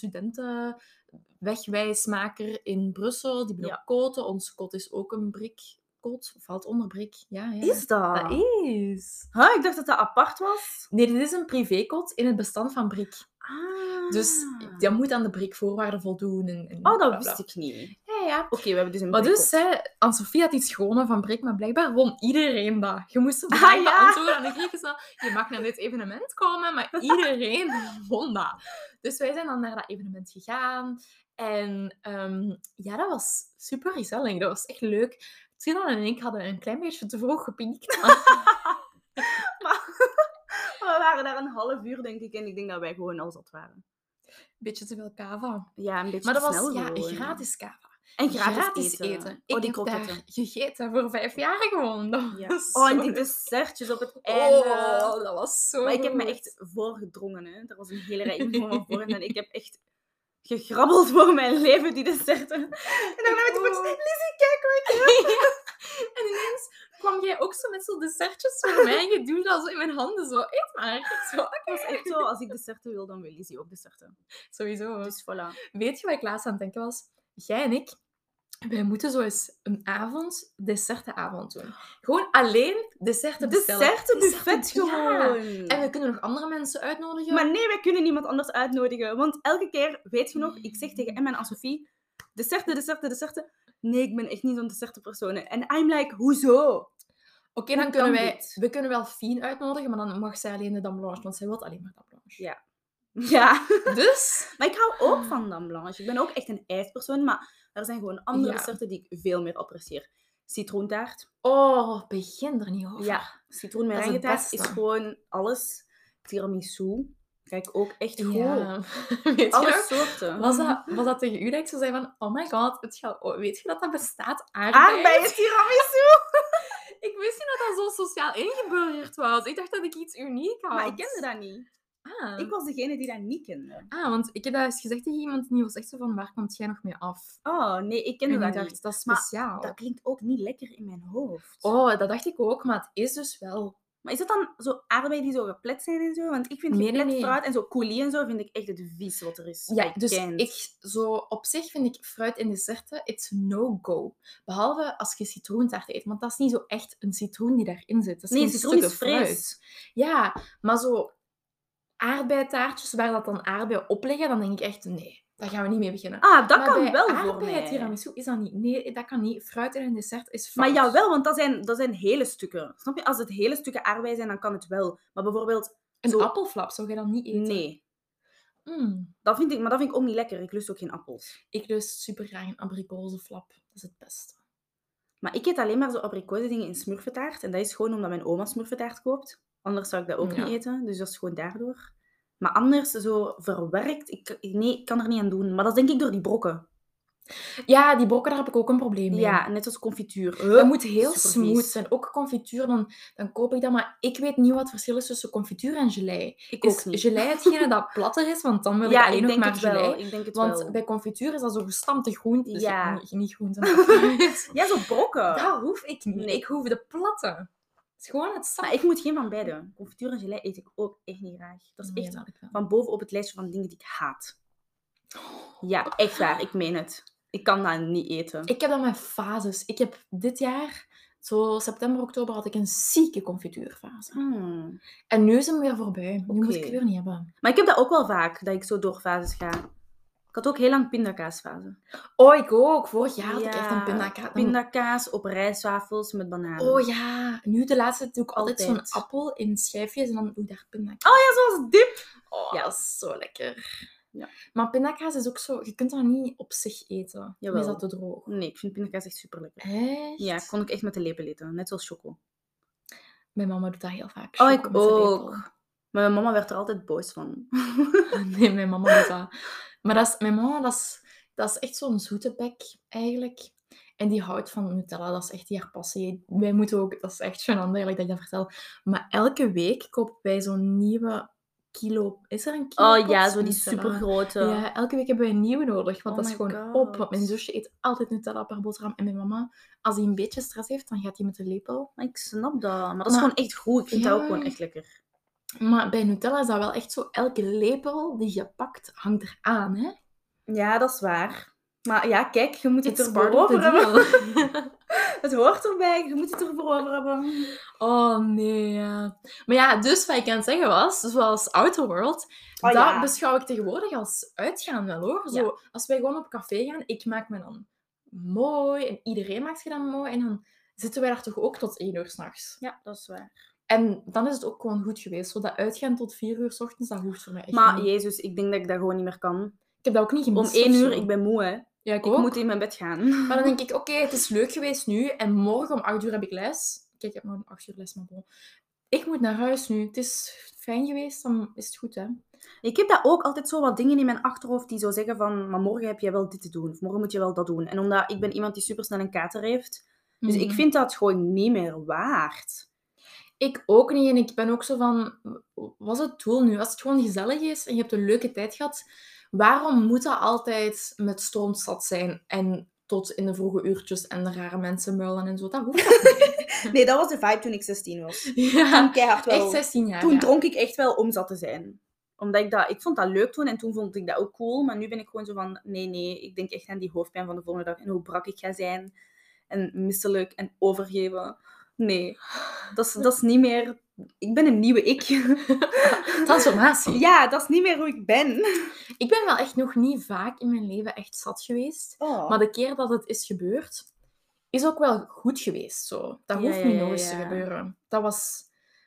studentenwegwijsmaker in Brussel. Die hebben
Ja.
ook koten. Onze kot is ook een Brik-kot. Valt onder Brik. Ja, ja.
Is dat?
Dat is.
Huh, ik dacht dat dat apart was.
Nee, dit is een privékot in het bestand van Brik.
Ah.
Dus dat moet aan de Brik-voorwaarden voldoen. En, en
Oh,
bla,
dat
bla.
wist ik niet.
Ja, ja.
Oké, we hebben dus een
Maar dus,
boycott.
hè, Anne-Sophie had iets gewonnen van Brik, maar blijkbaar won iedereen dat. Je moest een
Ah,
vraag
ja.
beantwoorden en dan kreeg je zo, je mag naar dit evenement komen, maar iedereen won dat. Dus wij zijn dan naar dat evenement gegaan. En ehm, ja, dat was super gezellig. Dat was echt leuk. Tilan en ik hadden een klein beetje te vroeg gepiekt.
Maar we waren daar een half uur, denk ik. En ik denk dat wij gewoon al zat waren.
Beetje te veel kava.
Ja, een beetje
Maar dat
te
was
snel
ja,
gewoon.
gratis kava.
En gratis, eten.
eten.
Oh,
Ik
die
heb
kroketten.
daar gegeten voor vijf jaar gewoon. Dat
Ja.
was
Oh, en
zo
die
leuk.
dessertjes op het einde.
Oh, dat was zo
Maar ik heb me
goed.
echt voorgedrongen, hè. Er was een hele rij iemand voor me voor. En ik heb echt gegrabbeld voor mijn leven, die desserten. En daarna met die
Oh.
voetjes, Lizzie, kijk wat ik heb.
En ineens kwam jij ook zo met zo'n dessertjes voor mij en je duwde dat zo in mijn handen. Zo, eet maar. Ik zo, oké.
Het was echt zo, als ik desserten wil, dan wil Lizzie ook desserten.
Sowieso.
Dus voilà.
Weet je wat ik laatst aan het denken was? Jij en ik, wij moeten zo eens een avond, dessertenavond doen. Gewoon alleen desserten bestellen.
Dessertenbuffet
Desserten, ja.
gewoon.
En we kunnen nog andere mensen uitnodigen.
Maar nee, wij kunnen niemand anders uitnodigen. Want elke keer, weet je nog, ik zeg tegen Emma en Anne-Sophie, desserten, desserten, desserten. Nee, ik ben echt niet zo'n dessertenpersoon. En I'm like, hoezo?
Oké, dan
Hoe
kunnen
kan
wij...
dit?
We kunnen wel Fien uitnodigen, maar dan mag zij alleen de Dame Blanche, want zij wil alleen maar Dame Blanche.
Ja. Ja.
Dus...
Maar ik hou ook van Dame Blanche. Ik ben ook echt een ijspersoon, maar er zijn gewoon andere
Ja.
desserten die ik veel meer apprecieer. Citroentaart.
Oh, begin er niet over.
Ja, citroen
Dat is het
merenggetaart is,
beste.
gewoon alles. Tiramisu. Kijk, ook echt goed.
Ja. Weet je
Alle
nog?
soorten.
Was dat, was dat tegen u dat ik zo zei van, oh my god, het gaat, oh, weet je dat dat bestaat? Aardbeien?
Aardbeien tiramisu.
Ik wist niet dat dat zo sociaal ingeburgerd was. Ik dacht dat ik iets uniek had.
Maar ik kende dat niet.
Ah.
Ik was degene die dat niet kende.
Ah, want ik heb dat eens gezegd tegen iemand en die was echt zo van, waar komt jij nog mee af?
Oh, nee, ik kende
En
dat
ik dacht,
niet.
dat is
Maar
speciaal.
dat klinkt ook niet lekker in mijn hoofd.
Oh, dat dacht ik ook, maar het is dus wel...
Maar is het dan zo aardbeien die zo geplet zijn en zo? Want ik vind
Nee,
geplet
nee, nee.
fruit en zo coulis en zo vind ik echt het vies wat er is.
Ja,
Like,
dus
kent.
ik, zo op zich vind ik fruit in desserten, it's no-go. Behalve als je citroentaart eet, want dat is niet zo echt een citroen die daarin zit. Dat is
Nee,
geen
citroen is
stukken fruit.
fris.
Ja, maar zo aardbeitaartjes waar dat dan aardbeien op liggen, dan denk ik echt, nee, daar gaan we niet mee beginnen.
Ah, dat
maar
kan
bij
wel voor
aardbeien
mij.
tiramisu is dat niet. Nee, dat kan niet. Fruit in een dessert is fout.
Maar jawel, want dat zijn, dat zijn hele stukken. Snap je? Als het hele stukken aardbeien zijn, dan kan het wel. Maar bijvoorbeeld...
Een
zo...
appelflap zou je dan niet eten?
Nee.
Mm.
Dat vind ik, maar dat vind ik ook niet lekker. Ik lust ook geen appels.
Ik lust super graag een abrikozenflap. Dat is het beste.
Maar ik eet alleen maar zo abrikozen dingen in smurfentaart. En dat is gewoon omdat mijn oma smurfentaart koopt. Anders zou ik dat ook
Ja.
niet eten. Dus dat is gewoon daardoor. Maar anders, zo verwerkt... Ik, nee, ik kan er niet aan doen. Maar dat is denk ik door die brokken.
Ja, die brokken, daar heb ik ook een probleem mee.
Ja, net als confituur.
Dat moet heel
Supervies.
smooth zijn. Ook confituur, dan, dan koop ik dat. Maar ik weet niet wat het verschil is tussen confituur en gelei.
Ik
Is
ook niet.
gelei hetgene dat platter is? Want dan wil ik
Ja,
alleen
ik
nog
denk
maar
het wel.
gelei.
Ik denk het
Want
wel.
bij confituur is dat zo gestampte groente. Dus
Ja.
niet, niet groente, maar fruit.
Ja, zo brokken.
Dat hoef ik niet.
Nee.
Ik hoef de platte. Het is gewoon het sap.
Maar ik moet geen van beide. Confituur en gelei eet ik ook echt niet graag. Dat is
Nee,
echt
dat ik wel.
van boven op het lijstje van dingen die ik haat. Ja, echt waar. Ik meen het. Ik kan dat niet eten.
Ik heb dat met fases. Ik heb dit jaar, zo september, oktober, had ik een zieke confituurfase.
Hmm.
En nu is hem weer voorbij. Nu moet
Oké.
ik het weer niet hebben.
Maar ik heb dat ook wel vaak, dat ik zo door fases ga. Ik had ook heel lang pindakaasfase.
Oh, ik ook. Vorig jaar had ik
Ja,
echt een pindakaas.
Pindakaas op rijstwafels met bananen.
Oh ja, nu de laatste doe ik altijd,
Altijd.
zo'n appel in schijfjes en dan doe ik daar pindakaas.
Oh ja, zoals dip.
Oh,
Ja.
dat is zo lekker.
Ja.
Maar pindakaas is ook zo, je kunt dat niet op zich eten. Dan
Jawel.
is dat te droog.
Nee, ik vind pindakaas echt super lekker.
Echt?
Ja, kon ik echt met de lepel eten. Net zoals choco.
Mijn mama doet dat heel vaak.
Oh,
choco
ik
met de lepel.
ook. Maar mijn mama werd er altijd boos van.
Nee, mijn mama doet dat. Maar dat is, mijn mama, dat is, dat is echt zo'n zoete bek, eigenlijk. En die houdt van Nutella, dat is echt die haar passie. Wij moeten ook, dat is echt gênant eigenlijk dat ik dat vertel. Maar elke week kopen wij zo'n nieuwe kilo... Is er een kilo
Oh ja,
pot
zo die
Nutella?
supergrote.
Ja, elke week hebben wij een nieuwe nodig, want
Oh
dat is
my
gewoon
God.
op. Want mijn zusje eet altijd Nutella per boterham. En mijn mama, als hij een beetje stress heeft, dan gaat hij met de lepel.
Maar ik snap dat. Maar dat is
Maar-
gewoon echt goed. Ik vind dat
Ja.
ook gewoon echt lekker.
Maar bij Nutella is dat wel echt zo, elke lepel die je pakt, hangt eraan, hè?
Ja, dat is waar. Maar ja, kijk, je moet het
It's
ervoor
part of the
over hebben.
deal.
Het hoort erbij, je moet het ervoor over hebben.
Oh, nee, ja. Maar ja, dus wat ik aan het zeggen was, zoals Outer World,
Oh,
dat
ja.
beschouw ik tegenwoordig als uitgaan wel, hoor. Zo,
Ja.
als wij gewoon op café gaan, ik maak me dan mooi en iedereen maakt je dan mooi en dan zitten wij daar toch ook tot één uur s'nachts.
Ja, dat is waar.
En dan is het ook gewoon goed geweest. Zo dat uitgaan tot vier uur 's ochtends, dat hoeft voor mij echt
Maar
niet.
jezus, ik denk dat ik dat gewoon niet meer kan.
Ik heb dat ook niet
Om
gemist.
één
of
uur,
zo.
ik ben moe, hè.
Ja, ik
Ik
ook.
moet in mijn bed gaan.
Maar dan denk ik, oké, het is leuk geweest nu. En morgen om acht uur heb ik les. Kijk, ik heb nog een acht uur les, maar bon. Ik moet naar huis nu. Het is fijn geweest, dan is het goed, hè.
Ik heb dat ook altijd zo wat dingen in mijn achterhoofd die zo zeggen van, maar morgen heb je wel dit te doen. Of morgen moet je wel dat doen. En omdat ik ben iemand die supersnel een kater heeft. Dus ik
Mhm.
vind dat gewoon niet meer waard.
Ik ook niet. En ik ben ook zo van, wat is het doel nu? Als het gewoon gezellig is en je hebt een leuke tijd gehad, waarom moet dat altijd met stroomstad zijn en tot in de vroege uurtjes en de rare mensen muilen en zo? Dat hoeft toch niet.
Nee, dat was de vibe toen ik zestien was.
Ja,
Toen keihard wel.
echt zestien jaar.
Toen
ja.
dronk ik echt wel om zat te zijn. Omdat ik dat... Ik vond dat leuk toen en toen vond ik dat ook cool. Maar nu ben ik gewoon zo van... Nee, nee. Ik denk echt aan die hoofdpijn van de volgende dag. En hoe brak ik ga zijn. En misselijk en overgeven. Nee. Dat is, dat is niet meer... Ik ben een nieuwe ik.
Transformatie.
Ja, dat is niet meer hoe ik ben.
Ik ben wel echt nog niet vaak in mijn leven echt zat geweest.
Oh.
Maar de keer dat het is gebeurd, is ook wel goed geweest. Zo. Dat
Ja,
hoeft
ja,
niet
ja,
nog eens te
ja.
gebeuren. Dat was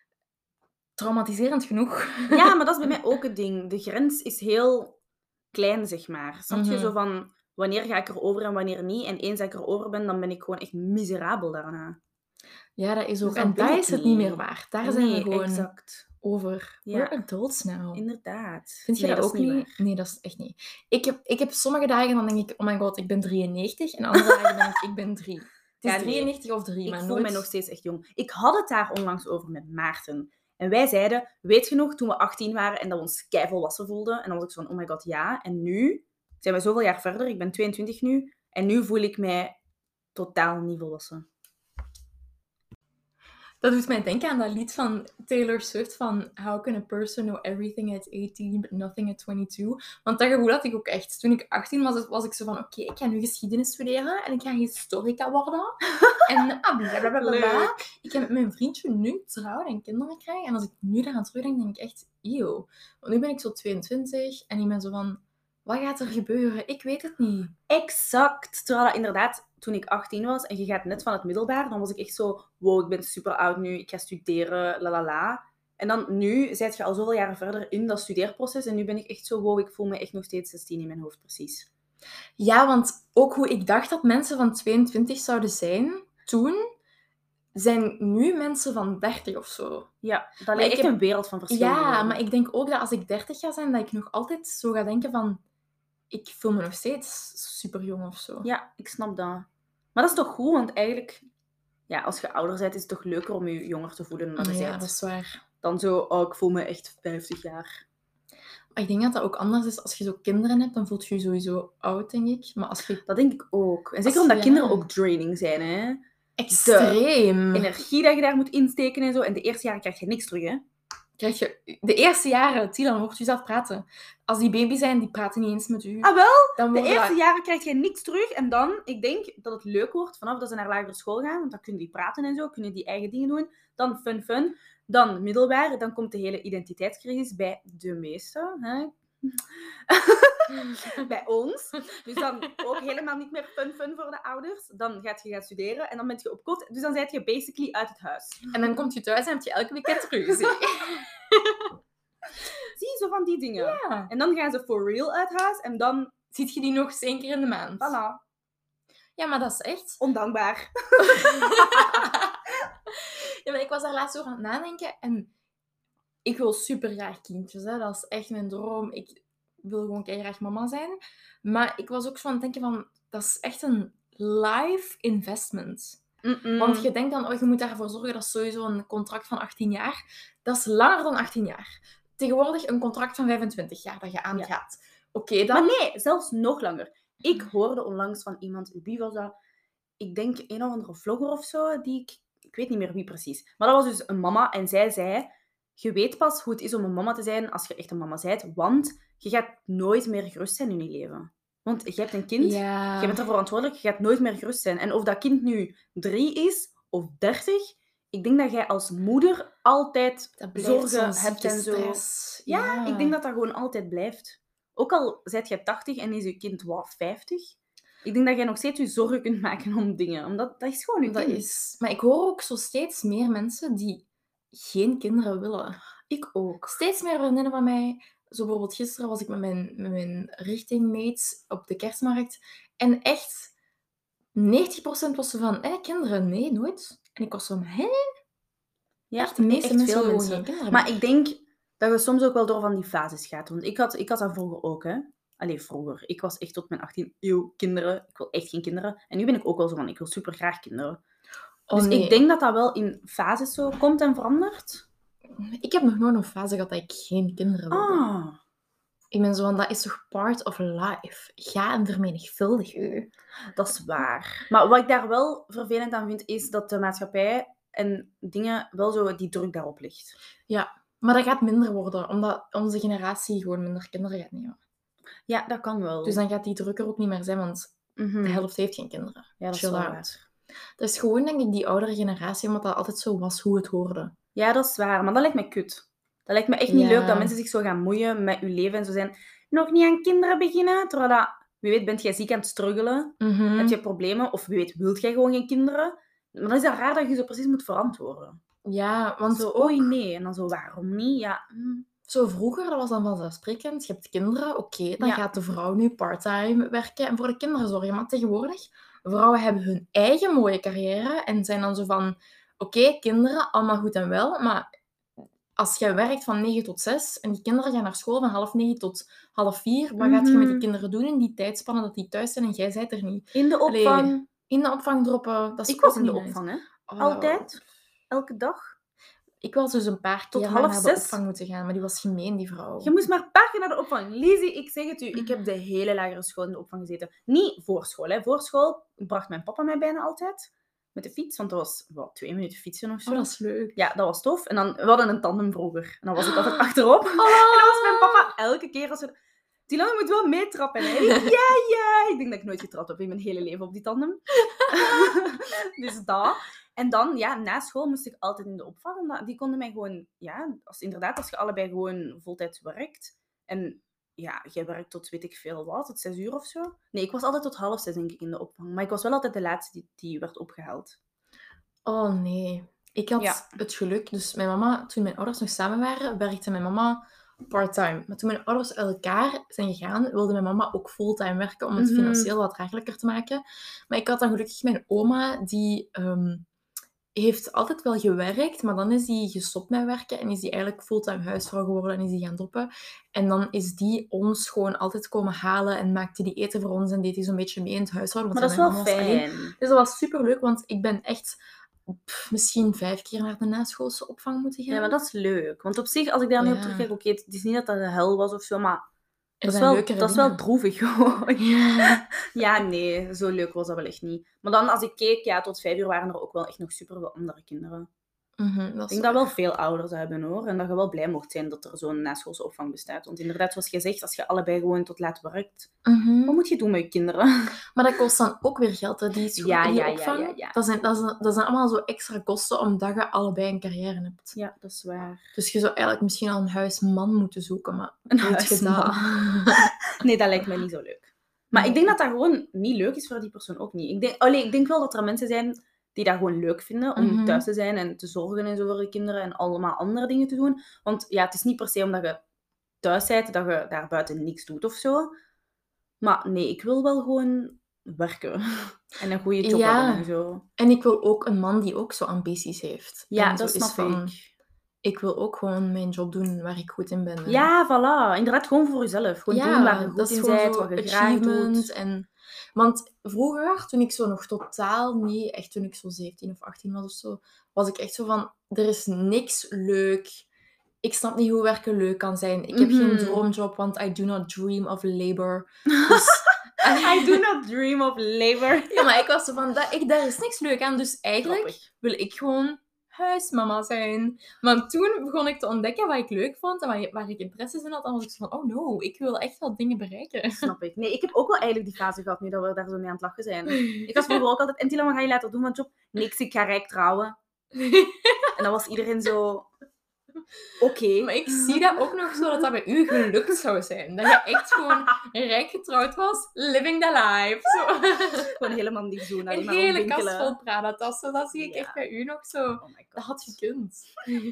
traumatiserend genoeg.
Ja, maar dat is bij mij ook het ding. De grens is heel klein, zeg maar. Snap je?
Mhm.
Zo van... Wanneer ga ik erover en wanneer niet? En eens dat ik erover ben, dan ben ik gewoon echt miserabel daarna.
Ja, dat is ook.
Dus dat
en
wil
daar
ik
is het niet
niet.
meer waard. Daar zijn
Nee,
we gewoon
exact.
over.
Ja.
We're adults now.
Inderdaad.
Vind je
Nee,
dat
is
ook niet?
waar.
Nee, dat is echt niet. Ik heb, ik heb sommige dagen, dan denk ik, oh my god, ik ben drieënnegentig. En andere dagen denk ik, ik ben drie. Het is
Ja, nee.
drieënnegentig of drie,
Ik
maar
voel
nooit...
mij nog steeds echt jong. Ik had het daar onlangs over met Maarten. En wij zeiden, weet je nog, toen we achttien waren en dat we ons keivolwassen voelden. En dan was ik zo van, oh my god, ja. En nu zijn we zoveel jaar verder. Ik ben tweeëntwintig nu. En nu voel ik mij totaal niet volwassen.
Dat doet mij denken aan dat lied van Taylor Swift van How can a person know everything at eighteen but nothing at twenty-two? Want dat gevoel had ik ook echt. Toen ik achttien was, was ik zo van oké, okay, ik ga nu geschiedenis studeren en ik ga historica worden. En ah, blablabla. Ik ga met mijn vriendje nu trouwen en kinderen krijgen. En als ik nu daaraan terugdenk, denk ik echt, eeuw. Want nu ben ik zo tweeëntwintig en ik ben zo van, wat gaat er gebeuren? Ik weet het niet.
Exact. Terwijl dat inderdaad, toen ik achttien was en je gaat net van het middelbaar, dan was ik echt zo, wow, ik ben super oud nu, ik ga studeren, la la la. En dan nu zit je al zoveel jaren verder in dat studeerproces en nu ben ik echt zo, wow, ik voel me echt nog steeds zestien in mijn hoofd, precies.
Ja, want ook hoe ik dacht dat mensen van tweeëntwintig zouden zijn, toen, zijn nu mensen van dertig of zo.
Ja, dat lijkt echt heb... een wereld van verschil.
Ja, geworden. Maar ik denk ook dat als ik dertig ga zijn, dat ik nog altijd zo ga denken van, ik voel me nog steeds super jong of zo.
Ja, ik snap dat. Maar dat is toch goed, want eigenlijk, ja, als je ouder bent, is het toch leuker om je jonger te voelen dan je bent.
Ja, dat is waar.
Dan zo, oh, ik voel me echt vijftig jaar.
Maar ik denk dat dat ook anders is. Als je zo kinderen hebt, dan voelt je je sowieso oud, denk ik. Maar als je...
Dat denk ik ook. En zeker als, omdat ja. kinderen ook draining zijn, hè.
Extreem.
De energie dat je daar moet insteken en zo. En de eerste jaren krijg je niks terug, hè.
Krijg je... De eerste jaren, Tilan, hoort je zelf praten. Als die baby zijn, die praten niet eens met u.
Ah, wel? Dan de eerste dat... jaren krijg je niks terug. En dan, ik denk dat het leuk wordt vanaf dat ze naar lagere school gaan. Want dan kunnen die praten en zo. Kunnen die eigen dingen doen. Dan fun fun. Dan middelbaar. Dan komt de hele identiteitscrisis bij de meesten. Hè? Bij ons. Dus dan ook helemaal niet meer fun fun voor de ouders. Dan gaat je gaan studeren. En dan ben je op kot. Dus dan ben je basically uit het huis.
En dan kom je thuis en heb je elke weekend ruzie.
Zie, zo van die dingen.
Ja.
En dan gaan ze for real uit huis. En dan
ziet je die nog eens één keer in de maand.
Voilà.
Ja, maar dat is echt...
ondankbaar.
Ja, maar ik was daar laatst over aan het nadenken. En ik wil super graag kindjes. Hè. Dat is echt mijn droom. Ik wil gewoon keihard mama zijn. Maar ik was ook zo aan het denken van... Dat is echt een life investment.
Mm-mm.
Want je denkt dan, oh, je moet daarvoor zorgen, dat is sowieso een contract van achttien jaar. Dat is langer dan achttien jaar. Tegenwoordig een contract van vijfentwintig jaar dat je aangaat. Ja. Oké, okay, dan...
Maar nee, zelfs nog langer. Ik hoorde onlangs van iemand, wie was dat? Ik denk een of andere vlogger of zo, die ik... Ik weet niet meer wie precies. Maar dat was dus een mama en zij zei... Je weet pas hoe het is om een mama te zijn als je echt een mama bent. Want je gaat nooit meer gerust zijn in je leven. Want je hebt een kind,
ja.
je bent ervoor verantwoordelijk, je gaat nooit meer gerust zijn. En of dat kind nu drie is of dertig, ik denk dat jij als moeder altijd zorgen hebt en zo. Ja, ja, ik denk dat dat gewoon altijd blijft. Ook al zijt je tachtig en is je kind wat vijftig, ik denk dat jij nog steeds je zorgen kunt maken om dingen. Omdat dat is gewoon je
dat
kind.
Is... Maar ik hoor ook zo steeds meer mensen die geen kinderen willen.
Ik ook.
Steeds meer vriendinnen van mij. Zo bijvoorbeeld gisteren was ik met mijn, met mijn richtingmates op de kerstmarkt. En echt negentig procent was zo van, eh, kinderen? Nee, nooit. En ik was zo van, hè?
Ja,
echt, de meeste
echt
mensen
veel
willen
mensen.
geen kinderen.
Maar ik denk dat je soms ook wel door van die fases gaat. Want ik had, ik had dat vroeger ook, hè. Allee, vroeger. Ik was echt tot mijn achttien eeuw kinderen. Ik wil echt geen kinderen. En nu ben ik ook wel zo van, ik wil super graag kinderen.
Oh,
dus
nee.
ik denk dat dat wel in fases zo komt en verandert.
Ik heb nog nooit een fase gehad dat ik geen kinderen wilde.
Ah.
Ik ben zo van, dat is toch part of life? Ga en vermenigvuldig u.
Dat is waar. Maar wat ik daar wel vervelend aan vind, is dat de maatschappij en dingen wel zo die druk daarop ligt.
Ja, maar dat gaat minder worden, omdat onze generatie gewoon minder kinderen gaat nemen.
Ja, dat kan wel.
Dus dan gaat die druk er ook niet meer zijn, want
mm-hmm.
de helft heeft geen kinderen.
Ja, dat
Chill
is wel
out.
waar.
Dat is gewoon, denk ik, die oudere generatie, omdat dat altijd zo was hoe het hoorde.
Ja, dat is waar. Maar dat lijkt me kut. Dat lijkt me echt niet ja. leuk dat mensen zich zo gaan moeien met je leven en zo zijn. Nog niet aan kinderen beginnen, terwijl dat, wie weet, bent jij ziek aan het struggelen?
Mm-hmm.
Heb je problemen? Of wie weet, wilt jij gewoon geen kinderen? Maar dan is dat raar dat je zo precies moet verantwoorden.
Ja, want
zo,
ook...
oei, nee. En dan zo, waarom niet? Ja. Mm.
Zo vroeger, dat was dan vanzelfsprekend. Je hebt kinderen, oké, okay, dan
ja.
gaat de vrouw nu parttime werken en voor de kinderen zorgen. Maar tegenwoordig, vrouwen hebben hun eigen mooie carrière en zijn dan zo van, oké, okay, kinderen, allemaal goed en wel, maar als jij werkt van negen tot zes en die kinderen gaan naar school van half negen tot half vier, wat
mm-hmm.
gaat je met die kinderen doen in die tijdspannen dat die thuis zijn en jij bent er niet?
In de opvang.
Allee, in de opvang droppen, dat is
Ik was in
niet
de
nice.
opvang, hè.
Oh.
Altijd. Elke dag.
Ik was dus een paar
Tot
keer
half
naar de
zes?
opvang moeten gaan, maar die was gemeen, die vrouw.
Je moest maar een paar keer naar de opvang. Lizzie, ik zeg het u, ik heb de hele lagere school in de opvang gezeten. Niet voor school, hè. Voor school bracht mijn papa mij bijna altijd met de fiets, want dat was wat, twee minuten fietsen of zo.
Oh, dat is leuk.
Ja, dat was tof. En dan, we hadden een tandem vroeger. En dan was ik altijd achterop. Oh. En dan was mijn papa elke keer als we... Dylan, je moet wel meetrappen. Hè? Ik, ja, ja. Ik denk dat ik nooit getrapt heb in mijn hele leven op die tandem. Dus dat. En dan, ja, na school moest ik altijd in de opvang. Omdat die konden mij gewoon... Ja, als, inderdaad, als je allebei gewoon voltijds werkt. En ja, jij werkt tot weet ik veel wat, tot zes uur of zo. Nee, ik was altijd tot half zes, denk ik, in de opvang. Maar ik was wel altijd de laatste die, die werd opgehaald.
Oh, nee. Ik had
Ja.
het geluk... Dus mijn mama, toen mijn ouders nog samen waren, werkte mijn mama part-time. Maar toen mijn ouders uit elkaar zijn gegaan, wilde mijn mama ook fulltime werken om het
Mhm.
financieel wat draaglijker te maken. Maar ik had dan gelukkig mijn oma, die ehm, heeft altijd wel gewerkt, maar dan is die gestopt met werken en is die eigenlijk fulltime huisvrouw geworden en is die gaan droppen. En dan is die ons gewoon altijd komen halen en maakte die eten voor ons en deed die zo'n beetje mee in het huishouden.
Maar
want
dat is
ja,
wel
mijn mama was alleen.
fijn.
Dus dat was superleuk, want ik ben echt pff, misschien vijf keer naar de naschoolse opvang moeten gaan.
Ja, maar dat is leuk. Want op zich, als ik daar nu op
Ja.
terugkijk, oké, het is niet dat dat de hel was of zo, maar
Er
dat is
zijn
wel,
leukere
dat is wel
dingen.
droevig gewoon.
Ja.
Ja, nee, zo leuk was dat wel echt niet. Maar dan, als ik keek, ja, tot vijf uur waren er ook wel echt nog super veel andere kinderen.
Mhm, dat
Ik
is
denk dat wel veel ouders hebben, hoor. En dat je wel blij mocht zijn dat er zo'n naschoolse opvang bestaat. Want inderdaad, zoals je zegt, als je allebei gewoon tot laat werkt,
Mhm.
wat moet je doen met je kinderen?
Maar dat kost dan ook weer geld, hè, die, school,
Ja,
die
ja, ja,
opvang.
ja, ja.
Dat, zijn, dat, zijn, dat zijn allemaal zo extra kosten, omdat je allebei een carrière hebt.
Ja, dat is waar.
Dus je zou eigenlijk misschien al een huisman moeten zoeken, maar
Een
doe het
huisman.
gedaan.
Nee, dat lijkt mij niet zo leuk. Maar
Nee.
ik denk dat dat gewoon niet leuk is voor die persoon ook niet. Ik denk, allee, ik denk wel dat er mensen zijn die dat gewoon leuk vinden om
Mhm.
thuis te zijn en te zorgen en zo voor de kinderen en allemaal andere dingen te doen. Want ja, het is niet per se omdat je thuis bent dat je daar buiten niks doet of zo. Maar nee, ik wil wel gewoon werken. En een goede job
Ja.
hebben en zo.
En ik wil ook een man die ook zo ambities heeft.
Ja,
En
dat
zo is
snap
van,
ik.
Ik wil ook gewoon mijn job doen waar ik goed in ben. En
Ja, voilà. Inderdaad, gewoon voor jezelf. Gewoon doen waar je
dat
goed
is
in
gewoon
bent,
zo
wat je graag
achievement.
doet.
En... Want vroeger, toen ik zo nog totaal niet... Echt toen ik zo zeventien of achttien was of zo, was ik echt zo van... Er is niks leuk. Ik snap niet hoe werken leuk kan zijn. Ik heb
Mhm.
geen droomjob, want I do not dream of labor. Dus...
I do not dream of labor.
Ja, maar ik was zo van... Dat, ik, daar is niks leuk aan. Dus eigenlijk
Grappig.
wil ik gewoon huismama zijn. Maar toen begon ik te ontdekken wat ik leuk vond en waar, waar ik interesses in had. Dan was ik zo van, oh no, ik wil echt wel dingen bereiken.
Snap ik. Nee, ik heb ook wel eigenlijk die fase gehad, nu dat we daar zo mee aan het lachen zijn. Ik was vroeger ook altijd, en Tila, wat ga je later doen van job? Niks, ik ga rijk trouwen. En dan was iedereen zo... Oké.
Maar ik zie dat ook nog zo, dat dat bij u gelukt zou zijn. Dat je echt gewoon rijk getrouwd was, living the life. Zo.
Gewoon helemaal niks doen, alleen
Een
maar
hele kast
omwinkelen.
vol Prada-tassen, dat zie ik
Ja.
echt bij u nog zo.
Oh my
Dat
god.
had gekund.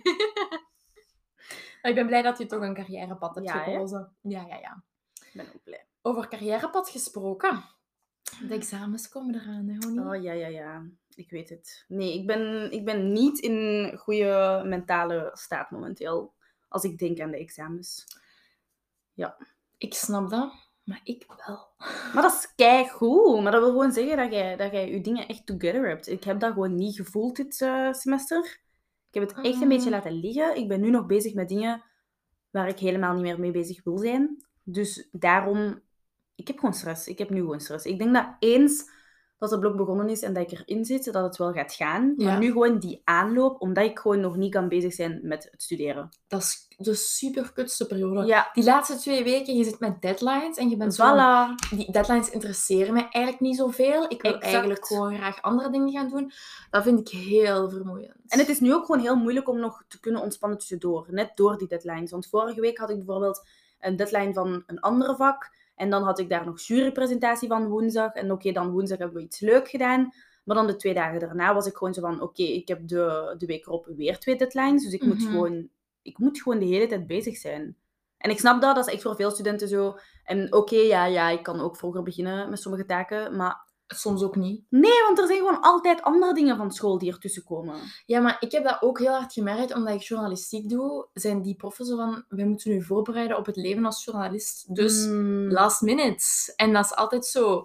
Maar ik ben blij dat je toch een carrièrepad hebt
Ja, hè?
gekozen. Ja, ja, ja.
Ik ben ook blij.
Over carrièrepad gesproken. De examens komen eraan, hè, Honey?
Oh, ja, ja, ja. Ik weet het. Nee, ik ben, ik ben niet in goede mentale staat momenteel. Als ik denk aan de examens.
Ik snap dat, maar ik wel.
Maar dat is keigoed. Maar dat wil gewoon zeggen dat jij, dat jij je dingen echt together hebt. Ik heb dat gewoon niet gevoeld dit eh, semester. Ik heb het echt een
Ah.
beetje laten liggen. Ik ben nu nog bezig met dingen waar ik helemaal niet meer mee bezig wil zijn. Dus daarom... Ik heb gewoon stress. Ik heb nu gewoon stress. Ik denk dat eens dat het blok begonnen is en dat ik erin zit, dat het wel gaat gaan.
Ja.
Maar nu gewoon die aanloop, omdat ik gewoon nog niet kan bezig zijn met het studeren.
Dat is de superkutste periode.
Ja,
Die laatste twee weken, je zit met deadlines en je bent zo... van,
voilà.
Die deadlines interesseren mij eigenlijk niet zoveel. Ik wil
Exact.
eigenlijk gewoon graag andere dingen gaan doen. Dat vind ik heel vermoeiend.
En het is nu ook gewoon heel moeilijk om nog te kunnen ontspannen tussendoor. Net door die deadlines. Want vorige week had ik bijvoorbeeld een deadline van een andere vak. En dan had ik daar nog jurypresentatie van woensdag. En oké, dan woensdag hebben we iets leuk gedaan. Maar dan de twee dagen daarna was ik gewoon zo van... Oké, ik heb de, de week erop weer twee deadlines. Dus ik, moet
Mhm.
gewoon, ik moet gewoon de hele tijd bezig zijn. En ik snap dat, dat is echt voor veel studenten zo. En oké, ja, ja, ik kan ook vroeger beginnen met sommige taken. Maar
Soms ook niet.
nee, want er zijn gewoon altijd andere dingen van school die ertussen komen.
Ja, maar ik heb dat ook heel hard gemerkt, omdat ik journalistiek doe. Zijn die proffen zo van, wij moeten nu voorbereiden op het leven als journalist. Dus
Mm.
last minute. En dat is altijd zo...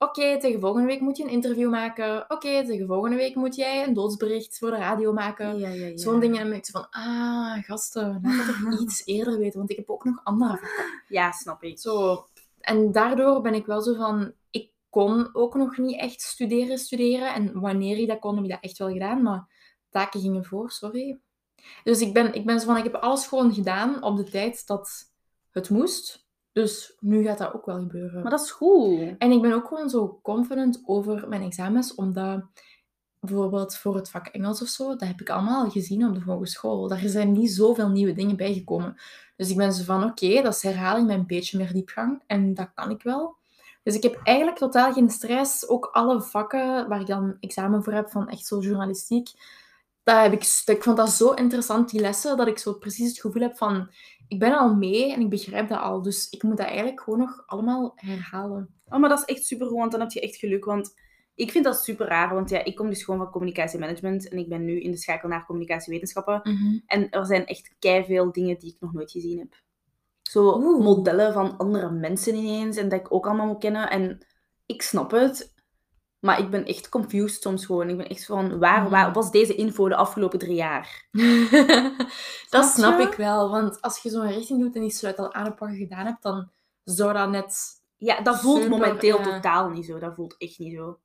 Oké, okay, tegen volgende week moet je een interview maken. Oké, okay, tegen volgende week moet jij een doodsbericht voor de radio maken.
Ja, ja, ja.
Zo'n dingen. En dan ben ik zo van, ah, gasten, laat dat toch iets eerder weten, want ik heb ook nog andere vakken.
Ja, snap ik.
Zo. En daardoor ben ik wel zo van, ik kon ook nog niet echt studeren, studeren. En wanneer ik dat kon, heb ik dat echt wel gedaan. Maar taken gingen voor, sorry. Dus ik ben, ik ben zo van, ik heb alles gewoon gedaan op de tijd dat het moest. Dus nu gaat dat ook wel gebeuren.
Maar dat is goed.
En ik ben ook gewoon zo confident over mijn examens, omdat bijvoorbeeld voor het vak Engels of zo, dat heb ik allemaal gezien op de hogeschool. Daar zijn niet zoveel nieuwe dingen bijgekomen. Dus ik ben zo van, oké, okay, dat is herhaling met een beetje meer diepgang. En dat kan ik wel. Dus ik heb eigenlijk totaal geen stress. Ook alle vakken waar ik dan examen voor heb, van echt zo journalistiek, dat heb ik, ik vond dat zo interessant, die lessen, dat ik zo precies het gevoel heb van, ik ben al mee en ik begrijp dat al. Dus ik moet dat eigenlijk gewoon nog allemaal herhalen.
Oh, maar dat is echt super goed, want dan heb je echt geluk. Want ik vind dat super raar, want ja, ik kom dus gewoon van communicatiemanagement en ik ben nu in de schakel naar communicatiewetenschappen.
Mm-hmm.
En er zijn echt keiveel dingen die ik nog nooit gezien heb. Zo Oeh. modellen van andere mensen ineens en dat ik ook allemaal moet kennen. En ik snap het, maar ik ben echt confused soms gewoon. Ik ben echt van, waar, waar was deze info de afgelopen drie jaar?
Dat snap, snap ik wel, want als je zo'n richting doet en die sluit al aan op wat je gedaan hebt, dan zou dat net...
Ja, dat voelt super, momenteel ja. totaal niet zo. Dat voelt echt niet zo.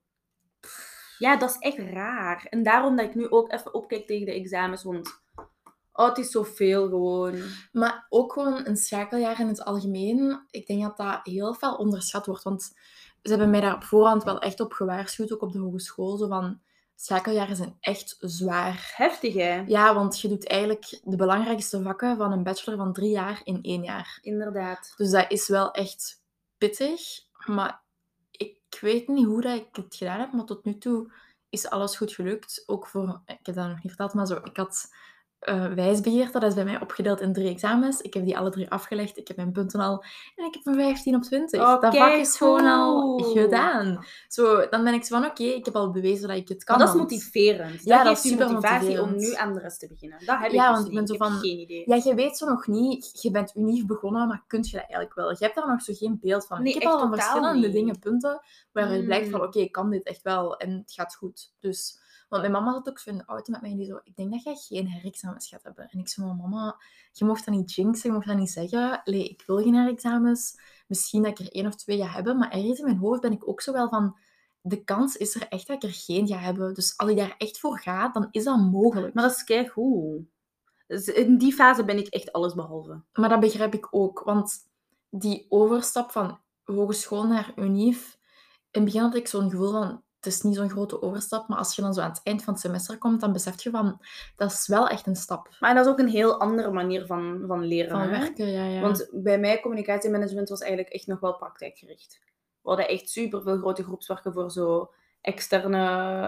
Ja, dat is echt raar. En daarom dat ik nu ook even opkijk tegen de examens, want oh, het is zoveel gewoon.
Maar ook gewoon een schakeljaar in het algemeen. Ik denk dat dat heel veel onderschat wordt, want ze hebben mij daar op voorhand wel echt op gewaarschuwd, ook op de hogeschool, zo van... Schakeljaren zijn echt zwaar.
Heftig, hè?
Ja, want je doet eigenlijk de belangrijkste vakken van een bachelor van drie jaar in één jaar.
Inderdaad.
Dus dat is wel echt pittig. Maar ik weet niet hoe dat ik het gedaan heb, maar tot nu toe is alles goed gelukt. Ook voor... Ik heb dat nog niet verteld, maar zo... Ik had uh, wijsbegeerte. Dat is bij mij opgedeeld in drie examens. Ik heb die alle drie afgelegd. Ik heb mijn punten al. En ik heb een vijftien op twintig.
Oh,
dat vak is gewoon al gedaan. Zo, dan ben ik zo van, oké, okay, ik heb al bewezen dat ik het kan.
Maar dat is motiverend.
Ja,
dat
dat is super
motivatie om nu aan de rest te beginnen. Dat heb ik
ja,
dus
want ik ben
niet.
zo
Ik
van,
heb geen idee.
Ja, je weet zo nog niet. Je bent unief begonnen, maar kun je dat eigenlijk wel? Je hebt daar nog zo geen beeld van.
Nee,
ik heb al van verschillende
niet.
dingen, punten, waaruit
mm.
blijkt van, oké, okay, ik kan dit echt wel. En het gaat goed. Dus... Want mijn mama zat ook zo in de auto met mij en die zo, ik denk dat jij geen herexamens gaat hebben. En ik zei, mama, je mocht dat niet jinxen, je mocht dat niet zeggen. Nee, ik wil geen herexamens. Misschien dat ik er één of twee ga hebben. Maar ergens in mijn hoofd ben ik ook zo wel van, de kans is er echt dat ik er geen ga hebben. Dus als ik daar echt voor ga, dan is dat mogelijk.
Maar dat is keigoed. Dus in die fase ben ik echt alles behalve.
Maar dat begrijp ik ook. Want die overstap van hogeschool naar unief, in het begin had ik zo'n gevoel van, het is niet zo'n grote overstap, maar als je dan zo aan het eind van het semester komt, dan besef je van, dat is wel echt een stap.
Maar dat is ook een heel andere manier van, van leren.
Van
hè?
werken, ja, ja.
Want bij mij, communicatiemanagement was eigenlijk echt nog wel praktijkgericht. We hadden echt superveel grote groepswerken voor zo externe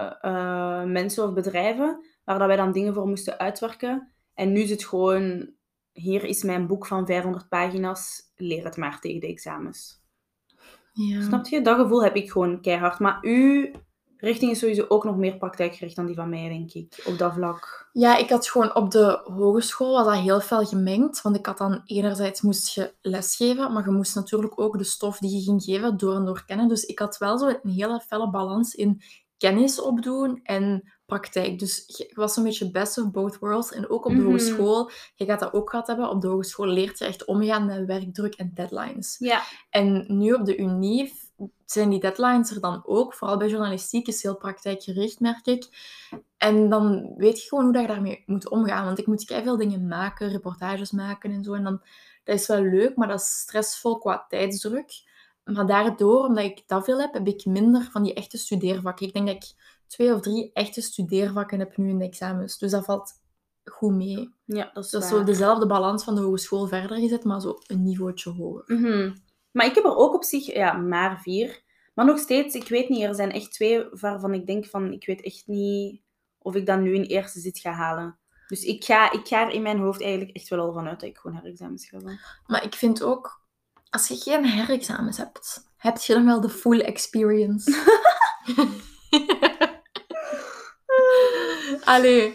uh, mensen of bedrijven, waar dat wij dan dingen voor moesten uitwerken. En nu is het gewoon, hier is mijn boek van vijfhonderd pagina's, leer het maar tegen de examens.
Ja.
Snap je? Dat gevoel heb ik gewoon keihard. Maar uw richting is sowieso ook nog meer praktijkgericht dan die van mij, denk ik, op dat vlak.
Ja, ik had gewoon op de hogeschool was dat heel veel gemengd. Want ik had dan enerzijds moest je lesgeven, maar je moest natuurlijk ook de stof die je ging geven door en door kennen. Dus ik had wel zo een hele felle balans in kennis opdoen en praktijk. Dus je was een beetje best of both worlds. En ook op de mm-hmm. hogeschool, je gaat dat ook gehad hebben, op de hogeschool leert je echt omgaan met werkdruk en deadlines.
Ja.
En nu op de unief zijn die deadlines er dan ook. Vooral bij journalistiek is heel praktijkgericht, merk ik. En dan weet je gewoon hoe dat je daarmee moet omgaan. Want ik moet keiveel dingen maken, reportages maken en zo. En dan, dat is wel leuk, maar dat is stressvol qua tijdsdruk. Maar daardoor, omdat ik dat veel heb, heb ik minder van die echte studeervakken. Ik denk dat ik twee of drie echte studeervakken heb nu in de examens. Dus dat valt goed mee.
Ja, dat is
Dat is
waar.
zo dezelfde balans van de hogeschool verder gezet, maar zo een niveautje hoger.
Mm-hmm. Maar ik heb er ook op zich, ja, maar vier. Maar nog steeds, ik weet niet, er zijn echt twee waarvan ik denk van, ik weet echt niet of ik dan nu in eerste zit ga halen. Dus ik ga, ik ga er in mijn hoofd eigenlijk echt wel al vanuit dat ik gewoon herexamens ga doen.
Maar ik vind ook, als je geen herexamens hebt, heb je dan wel de full experience. Allee,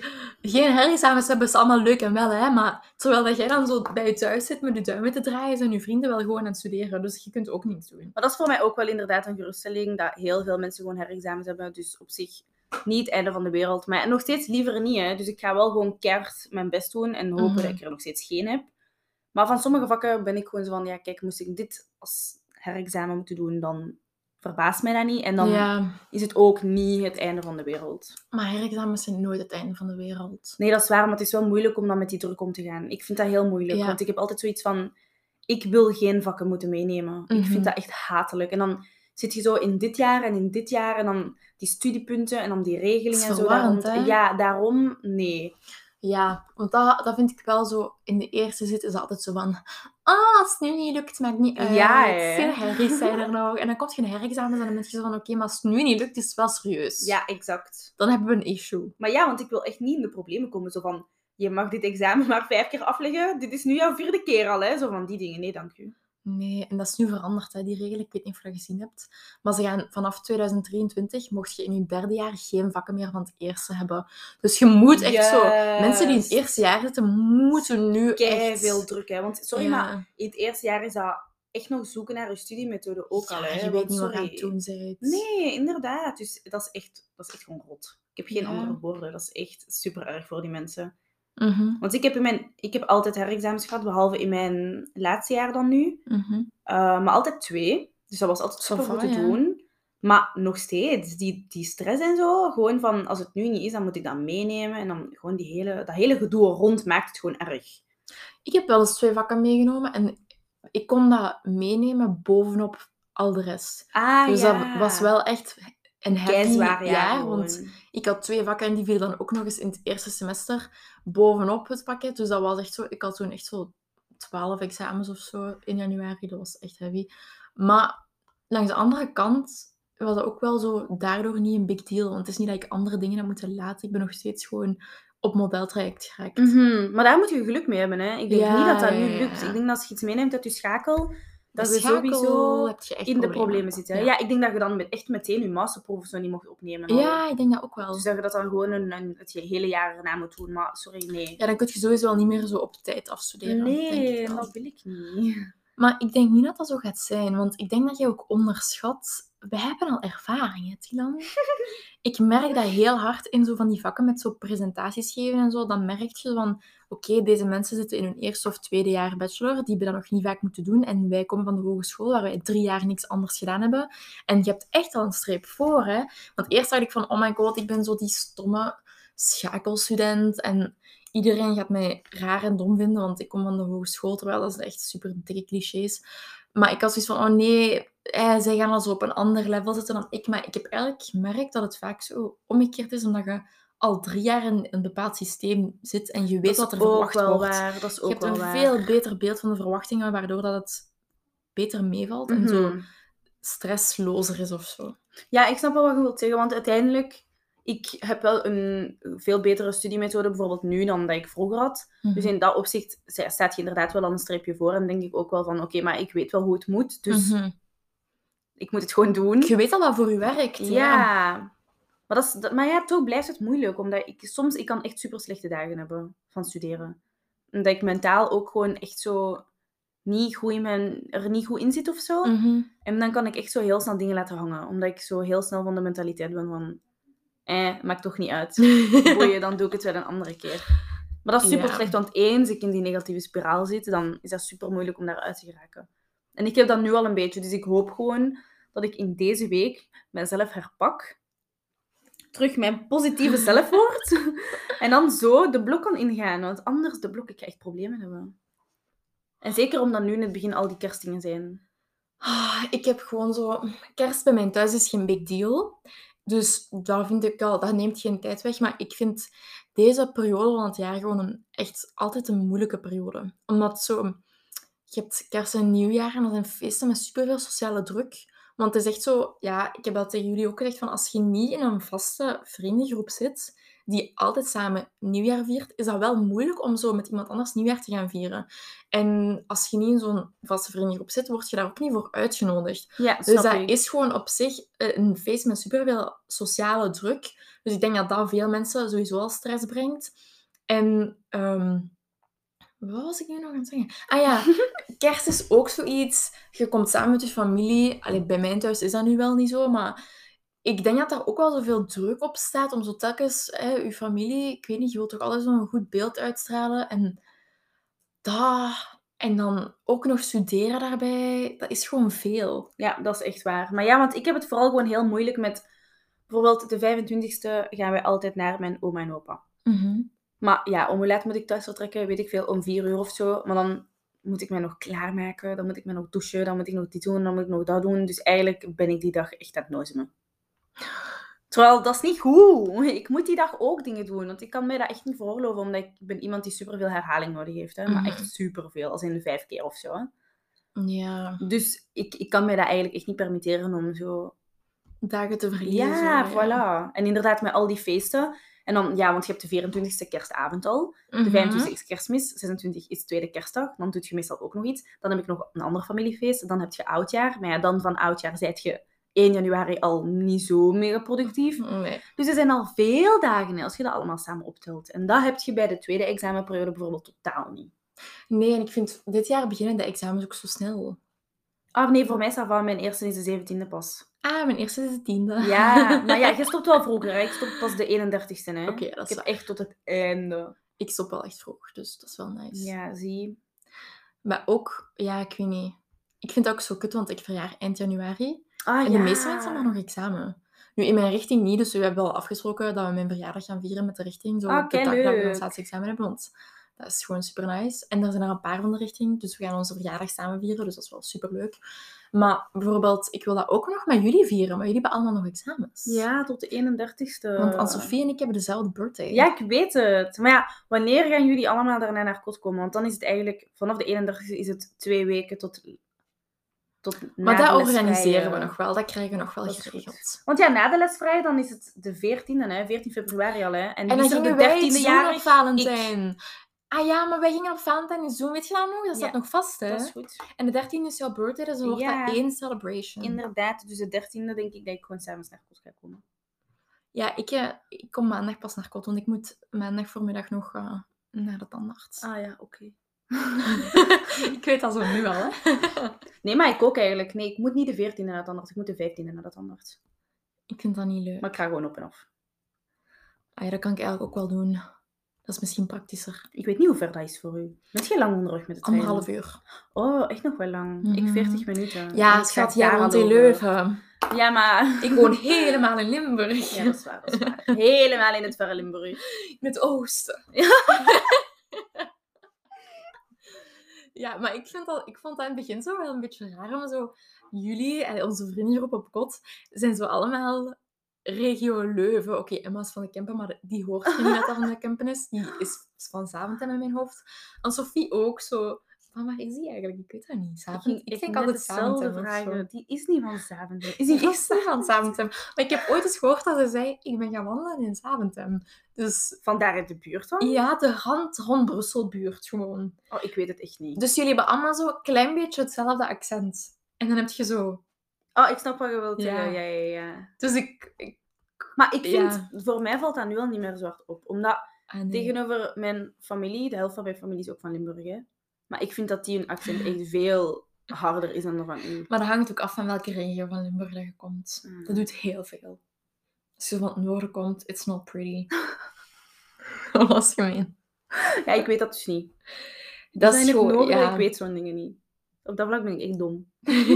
geen herexamens hebben is allemaal leuk en wel, hè, maar terwijl dat jij dan zo bij je thuis zit met je duimen te draaien, zijn je vrienden wel gewoon aan het studeren, dus je kunt ook niets doen.
Maar dat is voor mij ook wel inderdaad een geruststelling, dat heel veel mensen gewoon herexamens hebben, dus op zich niet het einde van de wereld. Maar nog steeds liever niet, hè. Dus ik ga wel gewoon keihard mijn best doen en hopen
Mhm.
dat ik er nog steeds geen heb. Maar van sommige vakken ben ik gewoon zo van, ja, kijk, moest ik dit als herexamen moeten doen, dan verbaast mij dat niet. En dan
Ja,
is het ook niet het einde van de wereld.
maar herexamens zijn nooit het einde van de wereld.
Nee, dat is waar, maar het is wel moeilijk om dan met die druk om te gaan. Ik vind dat heel moeilijk,
Ja.
want ik heb altijd zoiets van, ik wil geen vakken moeten meenemen. Ik
Mhm.
vind dat echt hatelijk. En dan zit je zo in dit jaar en in dit jaar en dan die studiepunten en dan die regelingen
is
en zo daar
verwarrend,
rond.
hè?
Ja, daarom, nee.
Ja, want dat, dat vind ik wel zo... In de eerste zit is het altijd zo van... Ah, als het nu niet lukt, maakt niet uit.
Ja, hè.
Veel herries zijn er nog. En dan komt je een herexamen en dan ben je zo van... Oké, maar als het nu niet lukt, is het wel serieus.
Ja, exact.
Dan hebben we een issue.
Maar ja, want ik wil echt niet in de problemen komen. Zo van, je mag dit examen maar vijf keer afleggen. Dit is nu jouw vierde keer al, hè. Zo van die dingen. Nee, dank u.
Nee, en dat is nu veranderd, hè, die regel. Ik weet niet of je dat gezien hebt. Maar ze gaan vanaf tweeduizend drieëntwintig mocht je in je derde jaar geen vakken meer van het eerste hebben. Dus je moet echt zo... Mensen die in het
Juist.
eerste jaar zitten, moeten nu
Kei
echt...
veel druk, hè. Want sorry,
Ja.
maar in het eerste jaar is dat echt nog zoeken naar je studiemethode ook al,
Ja,
hè.
je weet
Want
niet wat je aan
sorry.
het doen bent.
Nee, inderdaad. Dus dat is echt, dat is echt gewoon rot. Ik heb geen
Ja.
andere woorden. Dat is echt super erg voor die mensen.
Mhm,
Want ik heb, in mijn, ik heb altijd herexamens gehad, behalve in mijn laatste jaar dan nu.
mhm.
Uh, maar altijd twee. Dus dat was altijd
Ça
super
va,
goed te
ja.
doen. Maar nog steeds, die, die stress en zo, gewoon van als het nu niet is, dan moet ik dat meenemen. En dan gewoon die hele, dat hele gedoe rond maakt het gewoon erg.
Ik heb wel eens twee vakken meegenomen en ik kon dat meenemen bovenop al de rest.
Ah,
Dus
ja.
dat was wel echt een heavy
Keizwaar, ja,
jaar,
gewoon.
want ik had twee vakken en die vielen dan ook nog eens in het eerste semester bovenop het pakket. Dus dat was echt zo... Ik had toen echt zo twaalf examens of zo in januari. Dat was echt heavy. Maar langs de andere kant was dat ook wel zo daardoor niet een big deal. Want het is niet dat ik andere dingen heb moeten laten. Ik ben nog steeds gewoon op modeltraject geraakt.
Mhm. Maar daar moet je geluk mee hebben, hè. Ik denk
Ja,
niet dat dat nu
ja,
lukt.
ja.
Ik denk dat als je iets meeneemt uit je schakel, dat
De
je
schakel
sowieso
heb je echt
in de
problemen.
problemen zit. Hè?
Ja.
Ja. ik denk dat je dan met, echt meteen je masterproef of zo niet mocht opnemen. al.
Ja, ik denk dat ook wel.
Dus dat je dat dan gewoon een, een, het hele jaar erna moet doen. Maar sorry, nee.
Ja, dan kun je sowieso al niet meer zo op tijd afstuderen. denk
Nee,
ik wel.
dat wil ik niet.
Maar ik denk niet dat dat zo gaat zijn, want ik denk dat je ook onderschat... Wij hebben al ervaring, hè, Tilan? Ik merk dat heel hard in zo van die vakken met zo presentaties geven en zo. Dan merk je van, oké, deze mensen zitten in hun eerste of tweede jaar bachelor. Die hebben dat nog niet vaak moeten doen. En wij komen van de hogeschool, waar wij drie jaar niks anders gedaan hebben. En je hebt echt al een streep voor, hè. Want eerst dacht ik van, oh my god, ik ben zo die stomme schakelstudent. En iedereen gaat mij raar en dom vinden, want ik kom van de hogeschool. Terwijl dat is echt super dikke clichés. Maar ik had zoiets van, oh nee, eh, zij gaan al zo op een ander level zitten dan ik. Maar ik heb eigenlijk gemerkt dat het vaak zo omgekeerd is, omdat je al drie jaar in een bepaald systeem zit en je weet
Dat
wat
is
er
ook
verwacht
wel
wordt.
waar. Dat is
Je
ook
hebt
wel
een
waar.
veel beter beeld van de verwachtingen, waardoor dat het beter meevalt en zo
Mhm.
stresslozer is of zo.
Ja, ik snap wel wat je wilt zeggen, want uiteindelijk... Ik heb wel een veel betere studiemethode bijvoorbeeld nu dan dat ik vroeger had.
Mhm.
Dus in dat opzicht staat je inderdaad wel al een streepje voor. En denk ik ook wel van, oké, maar ik weet wel hoe het moet. Dus
Mhm.
ik moet het gewoon doen.
Je weet al wat voor je werkt.
Ja.
Ja.
Maar, dat is, dat- maar ja, toch blijft het moeilijk. Omdat ik soms... Ik kan echt super slechte dagen hebben van studeren. Omdat ik mentaal ook gewoon echt zo... Niet goed in mijn, er niet goed in zit of zo.
Mhm.
En dan kan ik echt zo heel snel dingen laten hangen. Omdat ik zo heel snel van de mentaliteit ben van... Eh, maakt toch niet uit. Boeien, dan doe ik het wel een andere keer. Maar dat is super
Ja.
slecht, want eens ik in die negatieve spiraal zit, dan is dat super moeilijk om daaruit te geraken. En ik heb dat nu al een beetje, dus ik hoop gewoon dat ik in deze week mezelf herpak, terug mijn positieve zelf word, en dan zo de blok kan ingaan, want anders de blok, ik ga echt problemen hebben. En zeker omdat nu in het begin al die kerstdingen zijn.
Ah, ik heb gewoon zo... Kerst bij mijn thuis is geen big deal. Dus dat vind ik al... Dat neemt geen tijd weg. Maar ik vind deze periode van het jaar gewoon een, echt altijd een moeilijke periode. Omdat zo... Je hebt kerst en nieuwjaar en dat zijn feesten met superveel sociale druk. Want het is echt zo... Ja, ik heb dat tegen jullie ook gezegd. Van als je niet in een vaste vriendengroep zit, die altijd samen nieuwjaar viert, is dat wel moeilijk om zo met iemand anders nieuwjaar te gaan vieren. En als je niet in zo'n vaste vriendengroep zit, word je daar ook niet voor uitgenodigd.
Ja,
Dus
snap
dat
ik.
is gewoon op zich eh, een feest met superveel sociale druk. Dus ik denk dat dat veel mensen sowieso al stress brengt. En um, wat was ik nu nog aan het zeggen? Ah ja, kerst is ook zoiets. Je komt samen met je familie. Allee, bij mij thuis is dat nu wel niet zo, maar ik denk dat daar ook wel zoveel druk op staat om zo telkens hè, je familie, ik weet niet, je wilt toch altijd zo'n goed beeld uitstralen. En dat... En dan ook nog studeren daarbij, dat is gewoon veel.
Ja, dat is echt waar. Maar ja, want ik heb het vooral gewoon heel moeilijk met... Bijvoorbeeld de vijfentwintigste gaan wij altijd naar mijn oma en opa.
Mm-hmm.
Maar ja, om hoe laat moet ik thuis vertrekken? Weet ik veel, om vier uur of zo. Maar dan moet ik mij nog klaarmaken. Dan moet ik mij nog douchen. Dan moet ik nog dit doen. Dan moet ik nog dat doen. Dus eigenlijk ben ik die dag echt aan het noizemen. Terwijl, dat is niet goed. Ik moet die dag ook dingen doen. Want ik kan mij dat echt niet veroorloven. Omdat ik ben iemand die superveel herhaling nodig heeft. Hè? Maar
Mhm.
echt superveel. Als in vijf keer of zo. Hè?
Ja,
Dus ik, ik kan mij dat eigenlijk echt niet permitteren om zo...
dagen te verliezen.
Ja,
zo,
voilà. En inderdaad, met al die feesten. En dan, ja, want je hebt de vierentwintigste kerstavond al. De
Mhm.
vijfentwintigste is kerstmis. zesentwintig is tweede kerstdag. Dan doe je meestal ook nog iets. Dan heb ik nog een ander familiefeest. Dan heb je oudjaar. Maar ja, dan van oudjaar zijt je één januari al niet zo mega productief.
Nee.
Dus er zijn al veel dagen, hè, als je dat allemaal samen optelt. En dat heb je bij de tweede examenperiode bijvoorbeeld totaal niet.
Nee, en ik vind dit jaar beginnen de examens ook zo snel.
Ah, nee, voor mij staat van mijn eerste is de zeventiende pas.
Ah, mijn eerste is de tiende.
Ja, maar ja, je stopt wel vroeger. Hè. Ik stop pas de eenendertigste. Hè.
Oké, dat
ik
is
heb
waar.
echt tot het einde.
Ik stop wel echt vroeg, dus dat is wel nice.
Ja, zie.
Maar ook, ja, ik weet niet. Ik vind het ook zo kut, want ik verjaar eind januari.
Ah,
en
ja.
de meeste mensen hebben nog examen. Nu, in mijn richting niet, dus we hebben wel afgesproken dat we mijn verjaardag gaan vieren met de richting. Zo
Ah,
de dag dat we
leuk.
ons laatste examen hebben, want dat is gewoon super nice. En er zijn er een paar van de richting, dus we gaan onze verjaardag samen vieren, dus dat is wel super leuk. Maar bijvoorbeeld, ik wil dat ook nog met jullie vieren, maar jullie hebben allemaal nog examens.
Ja, tot de eenendertigste.
Want Anne-Sophie en ik hebben dezelfde birthday.
Ja, ik weet het. Maar ja, wanneer gaan jullie allemaal daarna naar kot komen? Want dan is het eigenlijk, vanaf de eenendertigste is het twee weken tot, tot na
Maar dat
de lesvrije.
organiseren we nog wel, dat krijgen we nog wel
Dat is
geregeld.
goed. Want ja, na de lesvrije, dan is het de veertiende, hè? veertien februari al. Hè? En,
En
wie
dan
is er
gingen
de
wij
dertiende
iets doen
jaar.
op Valentijn. Ah ja, maar wij gingen op Valentijn iets doen. Weet je dat nog? Dat staat
Ja,
nog vast, hè?
Dat is goed.
En de dertiende is jouw birthday, dus dan wordt
Ja.
dat één celebration.
Inderdaad, dus de dertiende denk ik dat ik gewoon s'avonds naar kot ga komen.
Ja, ik, eh, ik kom maandag pas naar kot, want ik moet maandag voormiddag nog uh, naar de tandarts.
Ah ja, oké.
Ik weet dat zo nu al, hè?
Nee, maar ik ook eigenlijk. Nee, ik moet niet de veertiende naar de tandarts, ik moet de vijftiende naar de tandarts.
Ik vind dat niet leuk.
Maar ik ga gewoon op en af.
Ah ja, dat kan ik eigenlijk ook wel doen. Dat is misschien praktischer.
Ik weet niet hoe ver dat is voor u. Bent je lang onderweg met de trein?
Anderhalf uur.
Oh, echt nog wel lang.
Mhm.
Ik veertig minuten.
Ja,
En ik
schat,
ga
jij
daar
woont
al
in
over.
Leuven.
Ja, maar...
Ik woon helemaal in Limburg.
Ja, dat is waar, dat is waar. Helemaal in het verre Limburg.
In het oosten. Ja, maar ik, vind dat, ik vond dat in het begin zo wel een beetje raar. Maar zo, jullie en onze vriendengroep op kot zijn zo allemaal regio Leuven. Oké, okay, Emma is van de Kempen, maar die hoort je niet dat dat van de Kempen is. Die is van Zaventem in mijn hoofd. En Sophie ook zo. Van waar is die eigenlijk? Ik weet dat niet. Zaventem? Ik, ik denk altijd Zaventem vragen.
Die is niet van Zaventem.
Is die echt niet van Zaventem? Maar ik heb ooit eens gehoord dat ze zei, ik ben gaan wandelen in Zaventem. Dus...
Vandaar in de buurt dan?
Ja, de rand rond Brusselbuurt gewoon.
Oh, ik weet het echt niet.
Dus jullie hebben allemaal zo een klein beetje hetzelfde accent. En dan heb je zo...
Oh, ik snap wat je wilt
Ja.
zeggen. Ja, ja, ja.
Dus ik... ik...
Maar ik vind,
Ja.
voor mij valt dat nu al niet meer zo hard op. Omdat
Ah, nee.
tegenover mijn familie, de helft van mijn familie is ook van Limburg, hè. Maar ik vind dat die hun accent echt veel harder is dan dat van u.
Maar dat hangt ook af van welke regio van Limburg dat je komt.
Mm.
Dat doet heel veel. Als je van het noorden komt, it's not pretty. Dat was gemeen.
Ja, ik weet dat dus niet.
Dat
zijn
is
in het
gewoon...
noorden,
Ja.
ik weet zo'n dingen niet. Op dat vlak ben ik echt dom.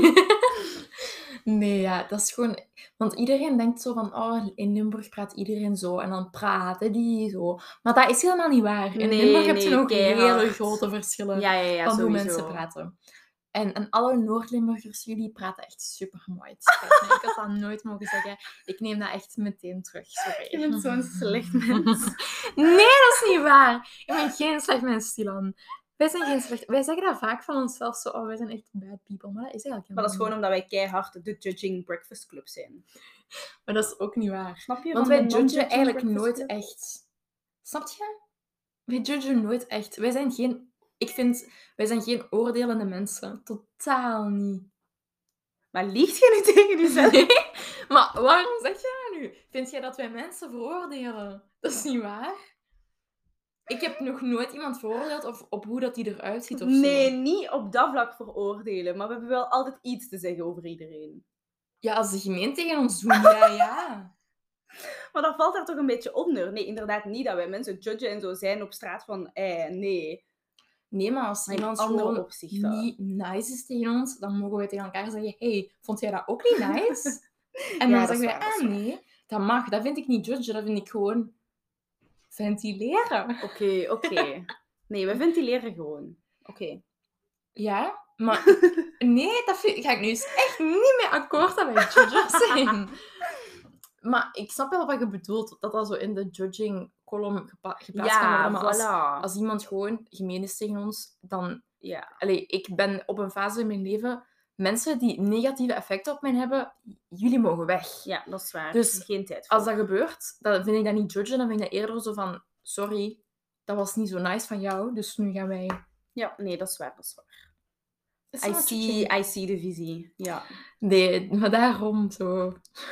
Nee, ja, dat is gewoon... Want iedereen denkt zo van, oh, in Limburg praat iedereen zo. En dan praten die zo. Maar dat is helemaal niet waar. In
Nee,
Limburg heb je
nee,
nog
keihard.
hele grote verschillen
Ja, ja, ja,
van hoe
sowieso.
mensen praten. En, en alle Noord-Limburgers, jullie praten echt super mooi. Het spijt me, ik had dat nooit mogen zeggen. Ik neem dat echt meteen terug. Sorry.
Je bent zo'n slecht mens.
Nee, dat is niet waar. Ik ben geen slecht mens, Stilan. Wij zijn geen slecht... Wij zeggen dat vaak van onszelf zo, oh, wij zijn echt bad people. Maar dat is eigenlijk
Maar dat is gewoon
helemaal
omdat wij keihard de Judging Breakfast Club zijn.
niet. Maar dat is ook niet waar.
Snap je?
Want
van
wij
de
judgen
non-judging
eigenlijk
breakfast
nooit
club?
echt. Snap je? Wij judgen nooit echt. Wij zijn geen... Ik vind... Wij zijn geen oordelende mensen. Totaal niet.
Maar liegt je nu tegen jezelf?
Nee, maar waarom zeg je dat nu? Vind jij dat wij mensen veroordelen? Dat is niet waar. Ik heb nog nooit iemand veroordeeld of op hoe dat die eruit ziet of zo.
Nee, niet op dat vlak veroordelen. Maar we hebben wel altijd iets te zeggen over iedereen.
Ja, als ze gemeen tegen ons doen, ja, ja.
Maar dat valt daar toch een beetje onder. Nee, inderdaad niet dat wij mensen judgen en zo zijn op straat van, eh, nee.
Nee, maar als
Maar in
iemand
andere
gewoon
opzichten.
niet nice is tegen ons, dan mogen we tegen elkaar zeggen, hey, vond jij dat ook niet nice? En
Ja,
dan
dat is
zeggen wij,
waar, dat is
ah
waar.
nee, dat mag. Dat vind ik niet judgen, dat vind ik gewoon ventileren.
Oké, oké. Nee, we ventileren gewoon. Oké.
Ja, maar ik- nee, dat vind, ga ik nu eens echt niet mee akkoord dat wij judgers zijn. Maar ik snap wel wat je bedoelt, dat dat zo in de judging column gepa- geplaatst kan
Ja,
worden. Maar als,
voilà.
als iemand gewoon gemeen is tegen ons, dan...
Ja.
Allee, ik ben op een fase in mijn leven... Mensen die negatieve effecten op mij hebben, jullie mogen weg.
Ja, dat is waar.
Dus
Geen tijd voor.
als dat gebeurt, dan vind ik dat niet judgen. Dan vind ik dat eerder zo van... Sorry, dat was niet zo nice van jou, dus nu gaan wij...
Ja, nee, dat is waar, dat is waar.
It's
I
not
see,
judging.
I see de visie. Ja.
Nee, maar daarom zo...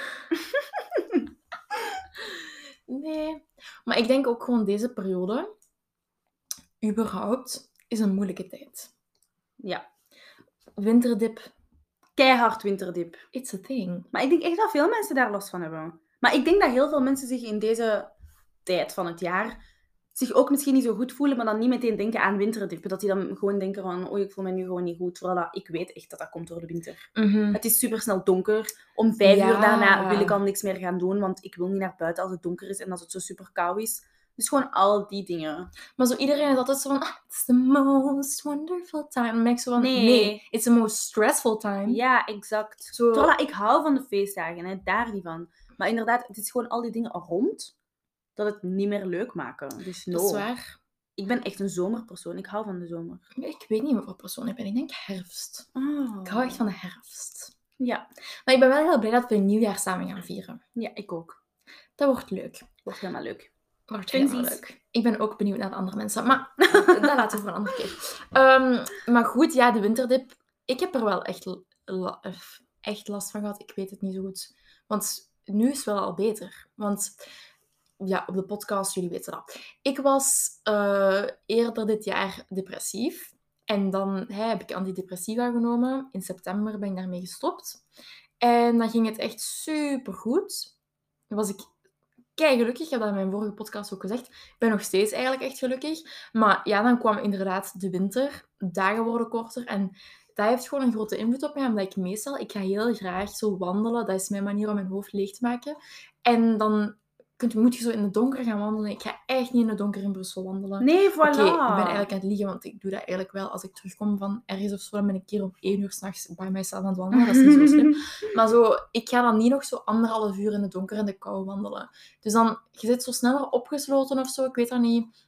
Nee. Maar ik denk ook gewoon deze periode, überhaupt, is een moeilijke tijd.
Ja.
Winterdip,
Keihard winterdip.
it's a thing.
Maar ik denk echt dat veel mensen daar last van hebben. Maar ik denk dat heel veel mensen zich in deze tijd van het jaar zich ook misschien niet zo goed voelen, maar dan niet meteen denken aan winterdip. Dat die dan gewoon denken van, oh, ik voel me nu gewoon niet goed. Terwijl dat, ik weet echt dat dat komt door de winter.
Mhm.
Het is supersnel donker. Om vijf
Ja.
uur daarna wil ik al niks meer gaan doen, want ik wil niet naar buiten als het donker is en als het zo super koud is. Dus gewoon al die dingen.
Maar zo iedereen is altijd zo van, ah, it's the most wonderful time. Dan ben ik zo van,
Nee.
nee, it's the most stressful time.
Ja, exact.
Zo...
Terwijl ik hou van de feestdagen, hè, daar niet van. Maar inderdaad, het is gewoon al die dingen rond dat het niet meer leuk maken. Dus no.
Dat is waar.
Ik ben echt een zomerpersoon. Ik hou van de zomer.
Ik weet niet wat voor persoon ik ben. Ik denk herfst.
Oh.
Ik hou echt van de herfst.
Ja.
Maar ik ben wel heel blij dat we een nieuwjaar samen gaan vieren.
Ja, ik ook.
Dat wordt leuk.
Wordt helemaal leuk.
Wordt
Twinsies.
helemaal leuk. Ik ben ook benieuwd naar de andere mensen. Maar dat laten we voor een andere keer. Um, maar goed, ja, de winterdip. Ik heb er wel echt, la- echt last van gehad. Ik weet het niet zo goed. Want nu is het wel al beter. Want ja, op de podcast, jullie weten dat. Ik was uh, eerder dit jaar depressief. En dan hè, heb ik antidepressiva genomen. In september ben ik daarmee gestopt. En dan ging het echt supergoed. Dan was ik kei gelukkig. Ik heb dat in mijn vorige podcast ook gezegd. Ik ben nog steeds eigenlijk echt gelukkig. Maar ja, dan kwam inderdaad de winter. Dagen worden korter. En dat heeft gewoon een grote invloed op mij. Omdat ik meestal... Ik ga heel graag zo wandelen. Dat is mijn manier om mijn hoofd leeg te maken. En dan kunt, moet je zo in het donker gaan wandelen. Ik ga echt niet in het donker in Brussel wandelen.
Nee, voilà.
Oké, okay, ik ben eigenlijk aan het liegen. Want ik doe dat eigenlijk wel. Als ik terugkom van ergens of zo, dan ben ik een keer om één uur s'nachts bij mijzelf aan het wandelen. Dat is niet zo slim. Maar zo, ik ga dan niet nog zo anderhalf uur in het donker en de kou wandelen. Dus dan, je zit zo sneller opgesloten of zo. Ik weet dat niet.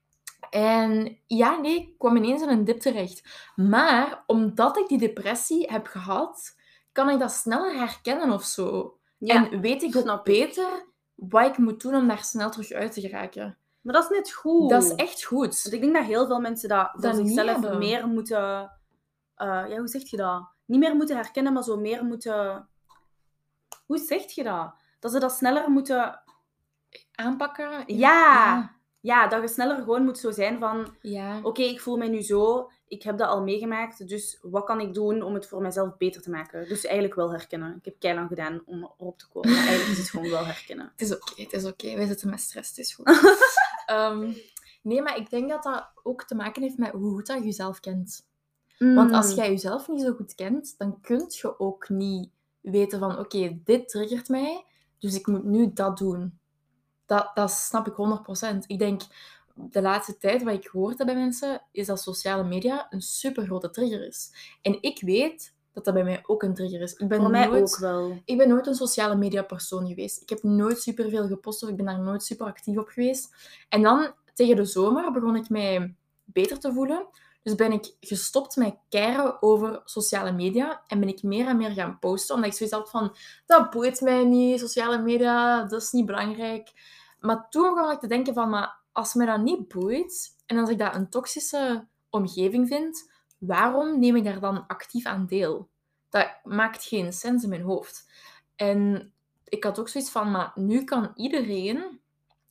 En ja, nee, ik kwam ineens in een dip terecht. Maar omdat ik die depressie heb gehad, kan ik dat sneller herkennen of zo. Ja, en weet ik ook beter ik. wat ik moet doen om daar snel terug uit te geraken.
Maar dat is net goed.
Dat is echt goed.
Want ik denk dat heel veel mensen dat,
dat
voor zichzelf
hebben.
meer moeten... Uh, ja, hoe zeg je dat? Niet meer moeten herkennen, maar zo meer moeten... Hoe zeg je dat? Dat ze dat sneller moeten...
aanpakken?
Ja!
Ja.
Ja, dat je sneller gewoon moet zo zijn van...
Ja.
Oké, okay, ik voel mij nu zo. Ik heb dat al meegemaakt. Dus wat kan ik doen om het voor mezelf beter te maken? Dus eigenlijk wel herkennen. Ik heb keilang gedaan om erop te komen. Maar eigenlijk is het gewoon wel herkennen.
Het is oké, okay, het is oké. Okay. Wij zitten met stress, het is goed. um, nee, maar ik denk dat dat ook te maken heeft met hoe goed dat je jezelf kent. Mm. Want als jij jezelf niet zo goed kent, dan kun je ook niet weten van... Oké, okay, dit triggert mij, dus ik moet nu dat doen. Dat, dat snap ik honderd procent. Ik denk, de laatste tijd wat ik gehoord heb bij mensen, is dat sociale media een supergrote trigger is. En ik weet dat dat bij mij ook een trigger is. Ik ben
Voor mij
nooit,
ook wel.
Ik ben nooit een sociale media persoon geweest. Ik heb nooit superveel gepost of ik ben daar nooit super actief op geweest. En dan, tegen de zomer, begon ik mij beter te voelen. Dus ben ik gestopt met keiren over sociale media en ben ik meer en meer gaan posten. Omdat ik zoiets had van, dat boeit mij niet, sociale media, dat is niet belangrijk. Maar toen begon ik te denken van, maar als mij dat niet boeit en als ik dat een toxische omgeving vind, waarom neem ik daar dan actief aan deel? Dat maakt geen sens in mijn hoofd. En ik had ook zoiets van, maar nu kan iedereen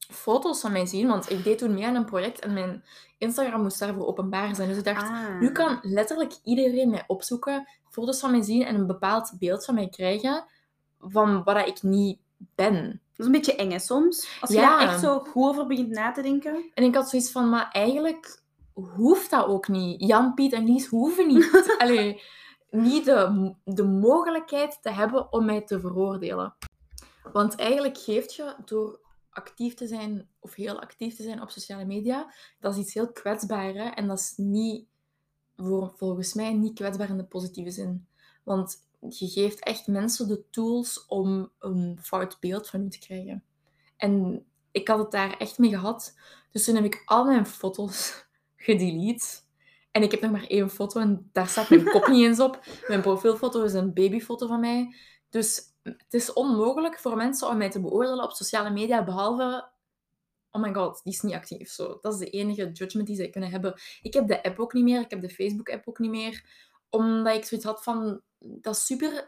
foto's van mij zien, want ik deed toen mee aan een project en mijn Instagram moest daarvoor openbaar zijn. Dus ik dacht,
Ah.
nu kan letterlijk iedereen mij opzoeken, foto's van mij zien en een bepaald beeld van mij krijgen van wat ik niet ben.
Dat is een beetje eng, hè, soms. Als je
Ja.
daar echt zo goed over begint na te denken.
En ik had zoiets van, maar eigenlijk hoeft dat ook niet. Jan, Piet en Lies hoeven niet. Allee, niet de, de mogelijkheid te hebben om mij te veroordelen. Want eigenlijk geeft je door actief te zijn, of heel actief te zijn op sociale media, dat is iets heel kwetsbaar. Hè? En dat is niet, voor, volgens mij, niet kwetsbaar in de positieve zin. Want je geeft echt mensen de tools om een fout beeld van je te krijgen. En ik had het daar echt mee gehad. Dus toen heb ik al mijn foto's gedelete. En ik heb nog maar één foto en daar staat mijn kop niet eens op. Mijn profielfoto is een babyfoto van mij. Dus het is onmogelijk voor mensen om mij te beoordelen op sociale media, behalve... Oh my god, die is niet actief. Zo. Dat is de enige judgment die zij kunnen hebben. Ik heb de app ook niet meer. Ik heb de Facebook-app ook niet meer. Omdat ik zoiets had van... Dat is super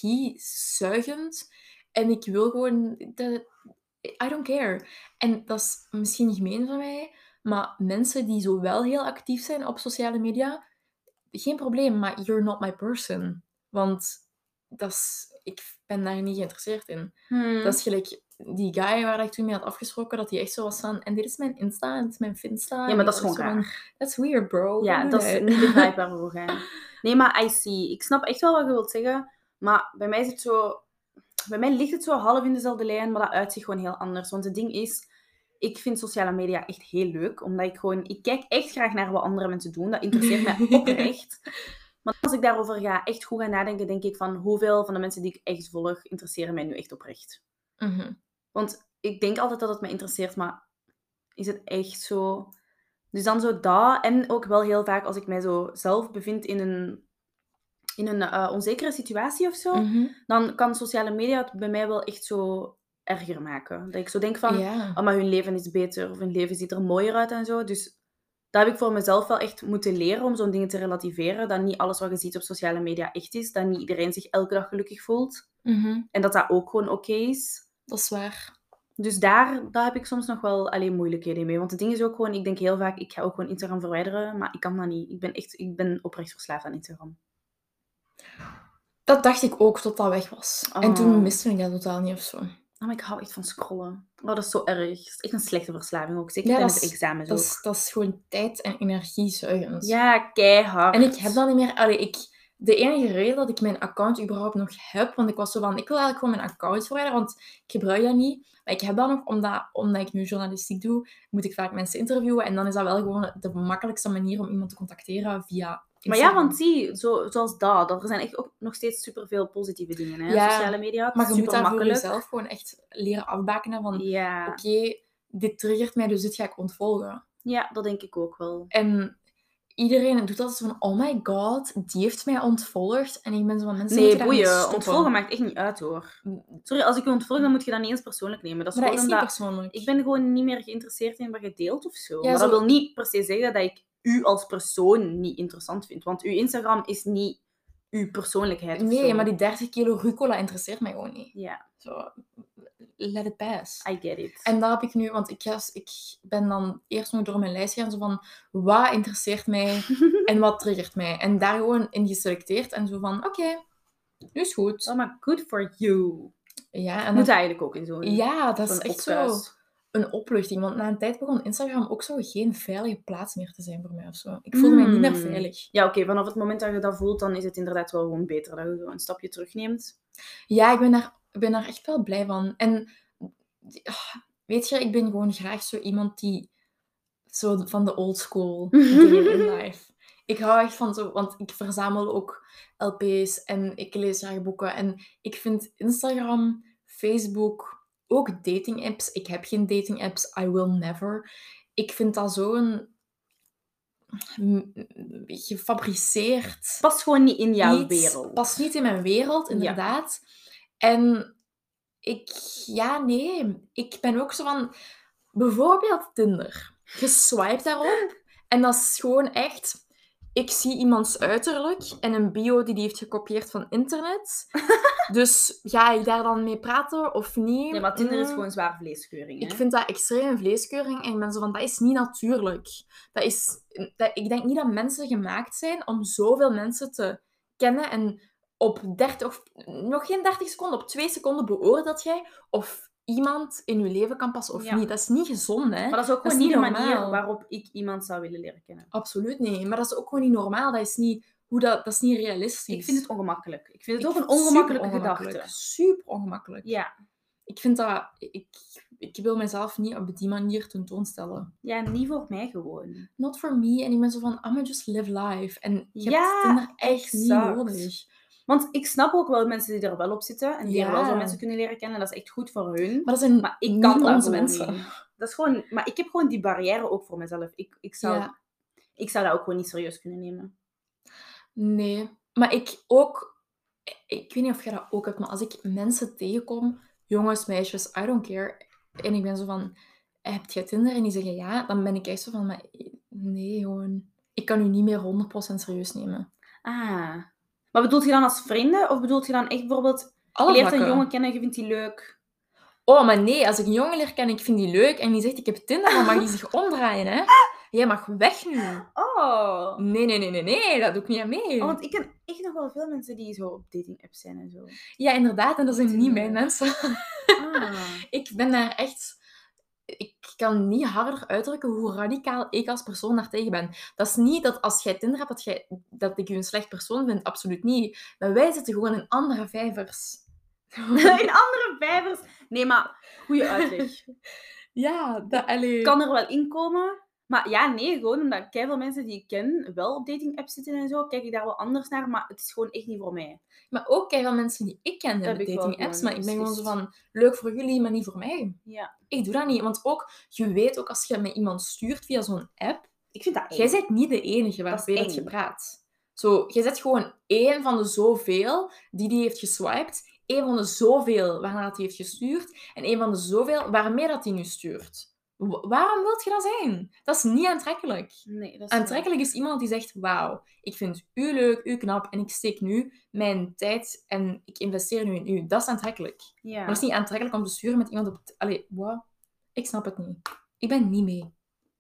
energiezuigend. En ik wil gewoon... De, I don't care. En dat is misschien gemeen van mij, maar mensen die zo wel heel actief zijn op sociale media, geen probleem, maar you're not my person. Want dat is, ik ben daar niet geïnteresseerd in.
Hmm.
Dat is gelijk die guy waar ik toen mee had afgesproken, dat hij echt zo was van, en dit is mijn Insta, en dit is mijn Finsta.
Ja, maar dat is gewoon raar.
That's weird, bro.
Ja, dat is niet de vibe waar we gaan. Nee, maar I see. Ik snap echt wel wat je wilt zeggen, maar bij mij is het zo... Bij mij ligt het zo half in dezelfde lijn, maar dat uitziet gewoon heel anders. Want het ding is, ik vind sociale media echt heel leuk, omdat ik gewoon... Ik kijk echt graag naar wat andere mensen doen. Dat interesseert mij oprecht. Maar als ik daarover ga echt goed gaan nadenken, denk ik van hoeveel van de mensen die ik echt volg, interesseren mij nu echt oprecht.
Mm-hmm.
Want ik denk altijd dat het me interesseert, maar is het echt zo... Dus dan zo dat. En ook wel heel vaak als ik mij zo zelf bevind in een... in een uh, onzekere situatie of zo,
Mm-hmm.
dan kan sociale media het bij mij wel echt zo erger maken. Dat ik zo denk van,
Ja.
oh, maar hun leven is beter, of hun leven ziet er mooier uit en zo. Dus dat heb ik voor mezelf wel echt moeten leren om zo'n dingen te relativeren. Dat niet alles wat je ziet op sociale media echt is. Dat niet iedereen zich elke dag gelukkig voelt.
Mm-hmm.
En dat dat ook gewoon oké okay is.
Dat is waar.
Dus daar, daar heb ik soms nog wel alleen moeilijkheden mee. Want het ding is ook gewoon, ik denk heel vaak, ik ga ook gewoon Instagram verwijderen. Maar ik kan dat niet. Ik ben echt, ik ben oprecht verslaafd aan Instagram.
Dat dacht ik ook, tot dat weg was.
Oh.
En toen miste ik dat totaal niet of zo.
Oh, maar ik hou echt van scrollen. Oh, dat is zo erg. Dat is echt een slechte verslaving ook. Zeker
Ja,
tijdens
dat
de
is-
examens
Dat
ook.
is, dat is gewoon tijd en energiezuigend.
Ja, keihard.
En ik heb dat niet meer... Allee, ik, de enige reden dat ik mijn account überhaupt nog heb, want ik was zo van, ik wil eigenlijk gewoon mijn account verwijderen, want ik gebruik dat niet. Maar ik heb dat nog, omdat, omdat ik nu journalistiek doe, moet ik vaak mensen interviewen. En dan is dat wel gewoon de makkelijkste manier om iemand te contacteren via
Maar
Instagram.
ja, want zie, zo, zoals dat. Er zijn echt ook nog steeds superveel positieve dingen. Hè?
Ja,
Sociale media, het
Maar
is
je moet
super
daar voor
makkelijk.
jezelf gewoon echt leren afbakenen van,
Ja.
oké, dit triggert mij, dus dit ga ik ontvolgen.
ja, dat denk ik ook wel.
En iedereen doet dat van, oh my god, die heeft mij ontvolgd. En ik ben zo van, mensen
Nee,
moeten daarmee
boeien.
stoppen.
Ontvolgen maakt echt niet uit, hoor. Sorry, als ik je ontvolg, dan moet je dat niet eens persoonlijk nemen. Dat is
Maar dat is
gewoon
niet
omdat...
persoonlijk.
Ik ben gewoon niet meer geïnteresseerd in wat je deelt of zo.
Ja,
maar
zo-
dat wil niet per se zeggen dat ik u als persoon niet interessant vind. Want uw Instagram is niet uw persoonlijkheid of
Nee,
zo.
maar die dertig kilo rucola interesseert mij gewoon niet.
Ja,
Zo, let it pass.
I get it.
En dat heb ik nu, want ik, ga, ik ben dan eerst nog door mijn lijst gegaan, zo van, wat interesseert mij en wat triggert mij? En daar gewoon in geselecteerd en zo van, oké, okay, nu is goed.
Oh, maar good for you.
Ja, en
Moet
dan,
eigenlijk ook in zo'n
ja, dat is
zo'n
echt zo
opkuis.
een opluchting. Want na een tijd begon Instagram ook zo geen veilige plaats meer te zijn voor mij of zo. Ik voelde mij niet meer
Hmm.
veilig.
Ja, oké, vanaf het moment dat je dat voelt, dan is het inderdaad wel gewoon beter dat je zo een stapje terugneemt.
Ja, ik ben daar, ik ben daar echt wel blij van. En ah, weet je, ik ben gewoon graag zo iemand die zo van de old school dingen in life. Ik hou echt van zo, want ik verzamel ook L P's en ik lees graag boeken. En ik vind Instagram, Facebook, ook dating apps. Ik heb geen dating apps, I will never. Ik vind dat zo'n mm, gefabriceerd
Past gewoon niet in jouw
iets.
wereld.
Past niet in mijn wereld, inderdaad. En ik, ja, nee. Ik ben ook zo van, bijvoorbeeld Tinder. Je swipe daarop en dat is gewoon echt... ik zie iemands uiterlijk en een bio die die heeft gekopieerd van internet. Dus ga ik daar dan mee praten of niet?
Nee, maar Tinder is
Mm.
gewoon zwaar vleeskeuring, hè?
Ik vind dat extreem vleeskeuring en ik ben zo van, dat is niet natuurlijk. Dat is, dat, ik denk niet dat mensen gemaakt zijn om zoveel mensen te kennen en op dertig, of nog geen dertig seconden, op twee seconden beoordeelt jij of iemand in je leven kan passen of
Ja.
niet. Dat is niet gezond, hè.
Maar dat is ook
Dat
gewoon
is
niet de
niet
manier
normaal.
waarop ik iemand zou willen leren kennen.
Absoluut niet. Maar dat is ook gewoon niet normaal. Dat is niet, hoe dat, dat is niet realistisch.
Ik vind het ongemakkelijk. Ik vind het
Ik
ook een
vind het
ongemakkelijke
super ongemakkelijk.
gedachte.
Super ongemakkelijk.
Ja.
Ik vind dat... Ik, ik wil mezelf niet op die manier tentoonstellen.
Ja, niet voor mij gewoon.
Not for me. En ik ben zo van, I'm just live life. En je
Ja,
hebt Tinder echt
exact.
niet nodig.
Want ik snap ook wel mensen die er wel op zitten en die
Ja.
er wel zo mensen kunnen leren kennen. Dat is echt goed voor hun.
Maar dat zijn
Maar ik
niet
kan dat
onze
gewoon
mensen.
niet. Dat is gewoon... Maar ik heb gewoon die barrière ook voor mezelf. Ik, ik, zou,
Ja.
ik zou dat ook gewoon niet serieus kunnen nemen.
Nee. Maar ik ook... Ik weet niet of jij dat ook hebt, maar als ik mensen tegenkom, jongens, meisjes, I don't care. En ik ben zo van, heb jij Tinder? En die zeggen ja, dan ben ik echt zo van, maar nee, gewoon... Ik kan u niet meer honderd procent serieus nemen.
Ah. Maar bedoelt je dan als vrienden? Of bedoelt je dan echt bijvoorbeeld...
Alle
je leert
vlakken.
een jongen kennen, je vindt die leuk...
Oh, maar nee, als ik een jongen leer kennen, ik vind die leuk, en die zegt, ik heb Tinder, dan mag die zich omdraaien, hè. Jij mag weg nu.
Oh.
Nee, nee, nee, nee, nee, dat doe ik niet aan mee.
Oh, want ik ken echt nog wel veel mensen die zo op dating apps zijn en zo.
Ja, inderdaad, en dat zijn niet mijn mensen.
Ah.
Ik ben daar echt... Ik kan niet harder uitdrukken hoe radicaal ik als persoon daar tegen ben. Dat is niet dat als jij Tinder hebt, dat, jij, dat ik je een slecht persoon vind. Absoluut niet. Maar wij zitten gewoon in andere vijvers.
In andere vijvers? Nee, maar goede uitleg.
Ja, dat... Allee.
Ik kan er wel in komen. Maar ja, nee, gewoon omdat veel mensen die ik ken wel op dating apps zitten en zo, kijk ik daar wel anders naar. Maar het is gewoon echt niet voor mij.
Maar ook kijk wel mensen die ik ken
Dat
hebben
heb ik wel
dating apps.
gewoon
Maar ik ben gewoon zo
beslist.
van, leuk voor jullie, maar niet voor mij.
Ja.
Ik doe dat niet. Want ook, je weet ook als je met iemand stuurt via zo'n app,
Ik vind dat
jij
eng.
bent niet de enige
Dat is
waarbij dat
eng.
je praat. Zo, jij bent gewoon één van de zoveel die die heeft geswiped. Één van de zoveel waarnaar dat hij heeft gestuurd. En één van de zoveel waarmee dat hij nu stuurt. Wa- waarom wilt je dat zijn? Dat is niet aantrekkelijk.
Nee, dat is
Aantrekkelijk is iemand die zegt, wauw, ik vind u leuk, u knap en ik steek nu mijn tijd en ik investeer nu in u. Dat is aantrekkelijk.
Ja.
Maar het is niet aantrekkelijk om te sturen met iemand op... t- Allee, wow. Ik snap het niet. Ik ben niet mee.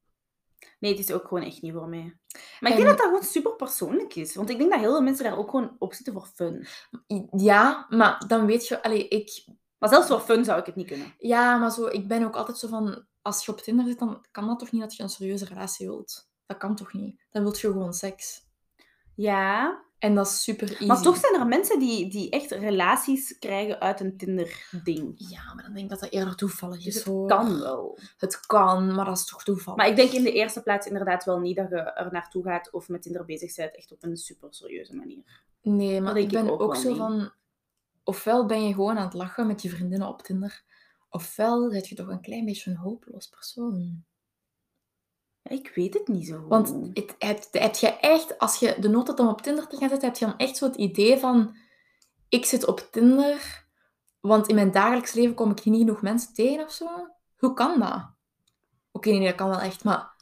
Nee, het is ook gewoon echt niet voor mij. Maar ik
En-
denk dat dat gewoon super persoonlijk is. Want ik denk dat heel veel mensen daar ook gewoon op zitten voor fun.
Ja, maar dan weet je... Allee, ik...
Maar zelfs voor fun zou ik het niet kunnen.
Ja, maar zo, ik ben ook altijd zo van... Als je op Tinder zit, dan kan dat toch niet dat je een serieuze relatie wilt? Dat kan toch niet? Dan wilt je gewoon seks.
Ja.
En dat is super easy.
Maar toch zijn er mensen die, die echt relaties krijgen uit een Tinder-ding.
Ja, maar dan denk ik dat dat eerder toevallig is,
Dus het
hoor.
kan wel.
Het kan, maar dat is toch toevallig.
Maar ik denk in de eerste plaats inderdaad wel niet dat je er naartoe gaat of met Tinder bezig bent echt op een super serieuze manier.
Nee, maar
Dat
ik
denk ik
ben
ook
ook
wel
zo
niet.
van... Ofwel ben je gewoon aan het lachen met je vriendinnen op Tinder, ofwel ben je toch een klein beetje een hopeloos persoon.
Ja, ik weet het niet zo.
Want het, het, heb je echt, als je de nood hebt om op Tinder te gaan zitten, heb je dan echt zo het idee van... Ik zit op Tinder, want in mijn dagelijks leven kom ik niet genoeg mensen tegen of zo. Hoe kan dat? Oké, nee, dat kan wel echt, maar...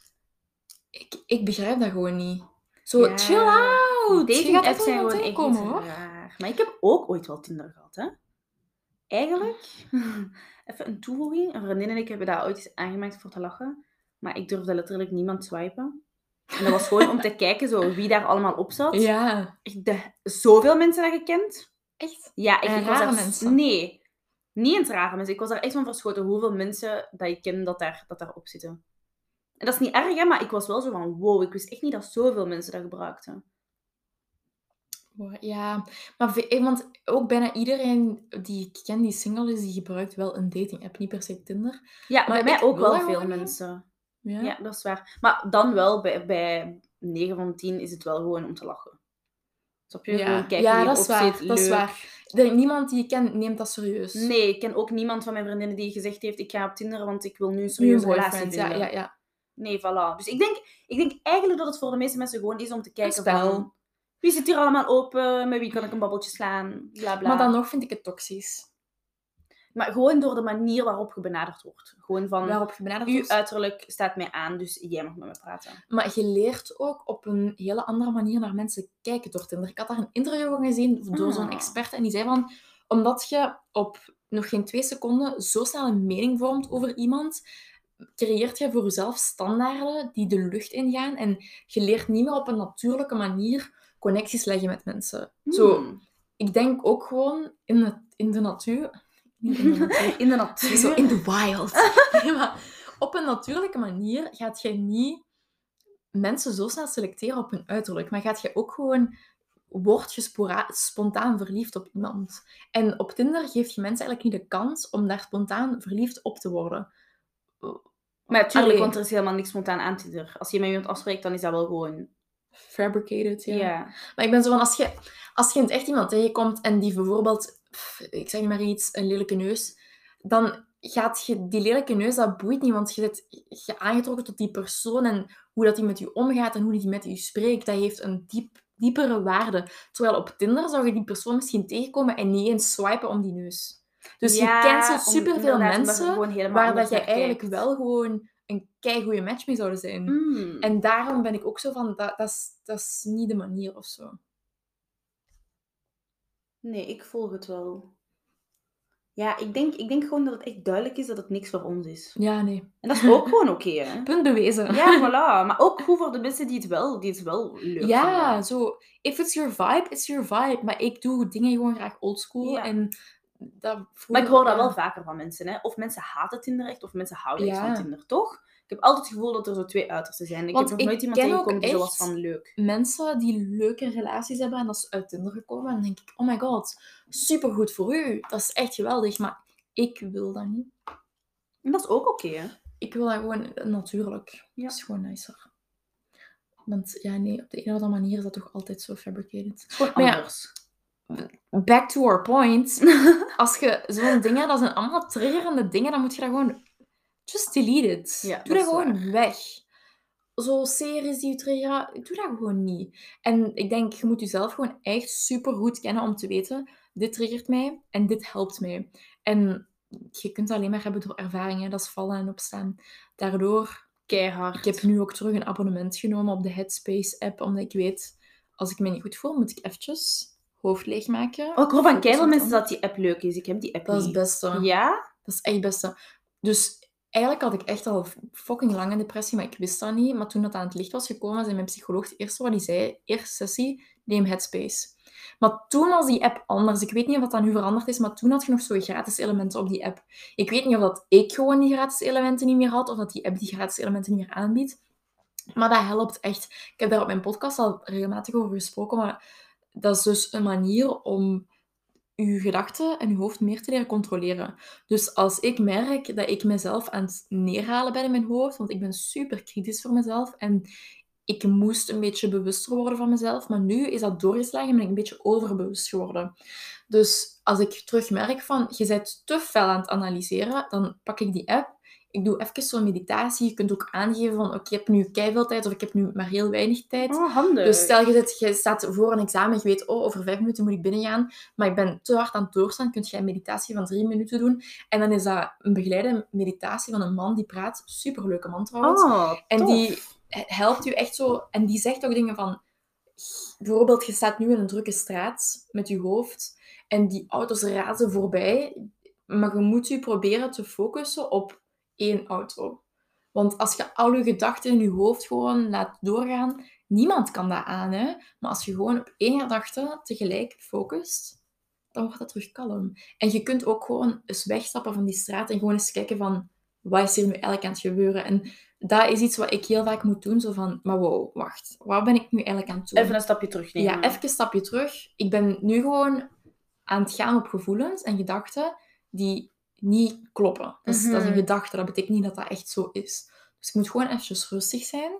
Ik, ik begrijp dat gewoon niet. Zo,
Ja,
chill out! Je
dating
gaat
apps
er
zijn
wel
gewoon echt
tegenkomen,
niet
hoor.
raar. Maar ik heb ook ooit wel Tinder gehad, hè. Eigenlijk, even een toevoeging. Een vriendin en ik hebben dat ooit eens aangemaakt voor te lachen. Maar ik durfde letterlijk niemand swipen. En dat was gewoon om te kijken zo, wie daar allemaal op zat.
Ja,
Echt de, zoveel mensen dat je kent.
echt.
Ja, echt,
En
ik was
rare
daar...
mensen?
Nee, niet eens rare mensen. Ik was daar echt van verschoten hoeveel mensen dat ik ken dat, daar, dat daarop zitten. En dat is niet erg, hè, maar ik was wel zo van, wow, ik wist echt niet dat zoveel mensen dat gebruikten.
Ja, maar ve- want ook bijna iedereen die ik ken die single is, die gebruikt wel een dating app, niet per se Tinder.
Ja,
Maar
bij mij
ik
ook
wil
wel
dat
veel
gewoon niet.
mensen.
Ja.
Ja, dat is waar. Maar dan wel, bij, bij negen van tien is het wel gewoon om te lachen. Snap je?
Ja,
Gewoon kijken
ja
wie
dat
erop
is waar.
zit,
Dat is
leuk.
waar. Ik denk, niemand die je kent neemt dat serieus.
Nee, ik ken ook niemand van mijn vriendinnen die gezegd heeft, ik ga op Tinder, want ik wil nu een
Nu een
serieuze relatie
boyfriend.
vinden.
Ja, ja, ja.
Nee, voilà. Dus ik denk, ik denk eigenlijk dat het voor de meeste mensen gewoon is om te kijken
spel.
van... Wie zit hier allemaal open? Met wie kan ik een babbeltje slaan? Bla, bla.
Maar dan nog vind ik het toxisch.
Maar gewoon door de manier waarop je benaderd wordt. Gewoon van,
waarop je benaderd
uw
wordt.
uiterlijk staat mij aan, dus jij mag met me praten.
Maar je leert ook op een hele andere manier naar mensen kijken door Tinder. Ik had daar een interview van gezien door
Ah.
zo'n expert en die zei van, omdat je op nog geen twee seconden zo snel een mening vormt over iemand, creëert je voor jezelf standaarden die de lucht ingaan en je leert niet meer op een natuurlijke manier connecties leggen met mensen.
Hmm.
Zo, ik denk ook gewoon in de, in de natuur... Niet in de natuur.
In de natuur.
Zo, in the wild. Nee, maar op een natuurlijke manier gaat je niet mensen zo snel selecteren op hun uiterlijk, maar gaat je ook gewoon... Word je spora- spontaan verliefd op iemand. En op Tinder geeft je mensen eigenlijk niet de kans om daar spontaan verliefd op te worden.
Maar natuurlijk,
Allee.
want er is helemaal niks spontaan aan Tinder. Als je met iemand afspreekt, dan is dat wel gewoon...
Fabricated, ja.
Ja.
Maar ik ben zo van, als je, als je in het echt iemand tegenkomt en die bijvoorbeeld, pff, ik zeg nu maar iets, een lelijke neus, dan gaat je die lelijke neus, dat boeit niet, want je zit je aangetrokken tot die persoon en hoe dat die met je omgaat en hoe die met je spreekt, dat heeft een diep, diepere waarde. Terwijl op Tinder zou je die persoon misschien tegenkomen en niet eens swipen om die neus. Dus
Ja,
je cancelt
om-
superveel
inderdaad, omdat je
mensen
gewoon helemaal
waar dat
anders
jij
naar
eigenlijk
kijkt.
wel gewoon een keigoeie match mee zouden zijn.
Mm.
En daarom ben ik ook zo van, dat, dat, is, dat is niet de manier of zo.
Nee, ik volg het wel. Ja, ik denk, ik denk gewoon dat het echt duidelijk is dat het niks voor ons is.
Ja, nee.
En dat is ook gewoon oké, hè?
Punt bewezen.
Ja, voilà. Maar ook goed voor de mensen die het wel, die het wel leuk
Ja,
vinden.
zo. If it's your vibe, it's your vibe. Maar ik doe dingen gewoon graag oldschool.
Ja.
En dat
Maar ik
vroeger-
hoor dat
ja.
wel vaker van mensen, hè? Of mensen haten Tinder echt, of mensen houden echt
Ja.
van Tinder, toch? Ik heb altijd het gevoel dat er zo twee uitersten zijn. Ik
Want
heb nog
ik
nooit iemand
ken ook
tegengekomen die zo was
echt-
van leuk.
Mensen die leuke relaties hebben en dat is uit Tinder gekomen. En dan denk ik, oh my god, supergoed voor u. Dat is echt geweldig. Maar ik wil dat niet.
En dat is ook oké, hè?
Ik wil dat gewoon natuurlijk.
Ja.
Dat is gewoon nicer. Want ja, nee, op de een of andere manier is dat toch altijd zo fabricated.
Het is gewoon
Maar ja,
anders.
back to our point. Als je zo'n dingen, dat zijn allemaal triggerende dingen, dan moet je dat gewoon... Just delete it.
Ja,
doe
dat
dat
is
gewoon weg. Zo series die je triggeren, doe dat gewoon niet. En ik denk, je moet jezelf gewoon echt super goed kennen om te weten, dit triggert mij en dit helpt mij. En je kunt het alleen maar hebben door ervaringen, dat is vallen en opstaan. Daardoor...
Keihard.
Ik heb nu ook terug een abonnement genomen op de Headspace-app, omdat ik weet, als ik me niet goed voel, moet ik eventjes hoofd leegmaken.
Oh, ik hoor van
Focus
keihard
op
mensen
het
dat die app leuk is. Ik heb die app
Dat is
niet.
het beste.
Ja?
Dat is echt het beste. Dus eigenlijk had ik echt al fucking lang een depressie, maar ik wist dat niet. Maar toen dat aan het licht was gekomen, zei mijn psycholoog het eerste wat hij zei, eerste sessie, neem Headspace. Maar toen was die app anders. Ik weet niet of dat nu veranderd is, maar toen had je nog zo gratis elementen op die app. Ik weet niet of dat ik gewoon die gratis elementen niet meer had, of dat die app die gratis elementen niet meer aanbiedt. Maar dat helpt echt. Ik heb daar op mijn podcast al regelmatig over gesproken, maar dat is dus een manier om je gedachten en je hoofd meer te leren controleren. Dus als ik merk dat ik mezelf aan het neerhalen ben in mijn hoofd, want ik ben super kritisch voor mezelf en ik moest een beetje bewuster worden van mezelf, maar nu is dat doorgeslagen en ben ik een beetje overbewust geworden. Dus als ik terug merk van, je bent te fel aan het analyseren, dan pak ik die app. Ik doe even zo'n meditatie. Je kunt ook aangeven van, oké, ik heb nu keiveel tijd of ik heb nu maar heel weinig tijd.
Oh, handig.
Dus stel je, zit, je staat voor een examen, je weet, oh, over vijf minuten moet ik binnengaan, maar ik ben te hard aan het doorstaan, kun je een meditatie van drie minuten doen. En dan is dat een begeleide meditatie van een man die praat, superleuke man trouwens.
Oh,
En
tof.
die helpt u echt zo, en die zegt ook dingen van, bijvoorbeeld, je staat nu in een drukke straat met je hoofd en die auto's razen voorbij, maar je moet je proberen te focussen op één auto. Want als je al je gedachten in je hoofd gewoon laat doorgaan, niemand kan dat aan, hè. Maar als je gewoon op één gedachte tegelijk focust, dan wordt dat terug kalm. En je kunt ook gewoon eens wegstappen van die straat en gewoon eens kijken van, wat is hier nu eigenlijk aan het gebeuren? En dat is iets wat ik heel vaak moet doen, zo van, maar wow, wacht, wat ben ik nu eigenlijk aan het doen?
Even een stapje terug nemen.
Ja, even een stapje terug. Ik ben nu gewoon aan het gaan op gevoelens en gedachten die niet kloppen. Dat is, dat is een
Mhm.
gedachte, dat betekent niet dat dat echt zo is. Dus ik moet gewoon eventjes rustig zijn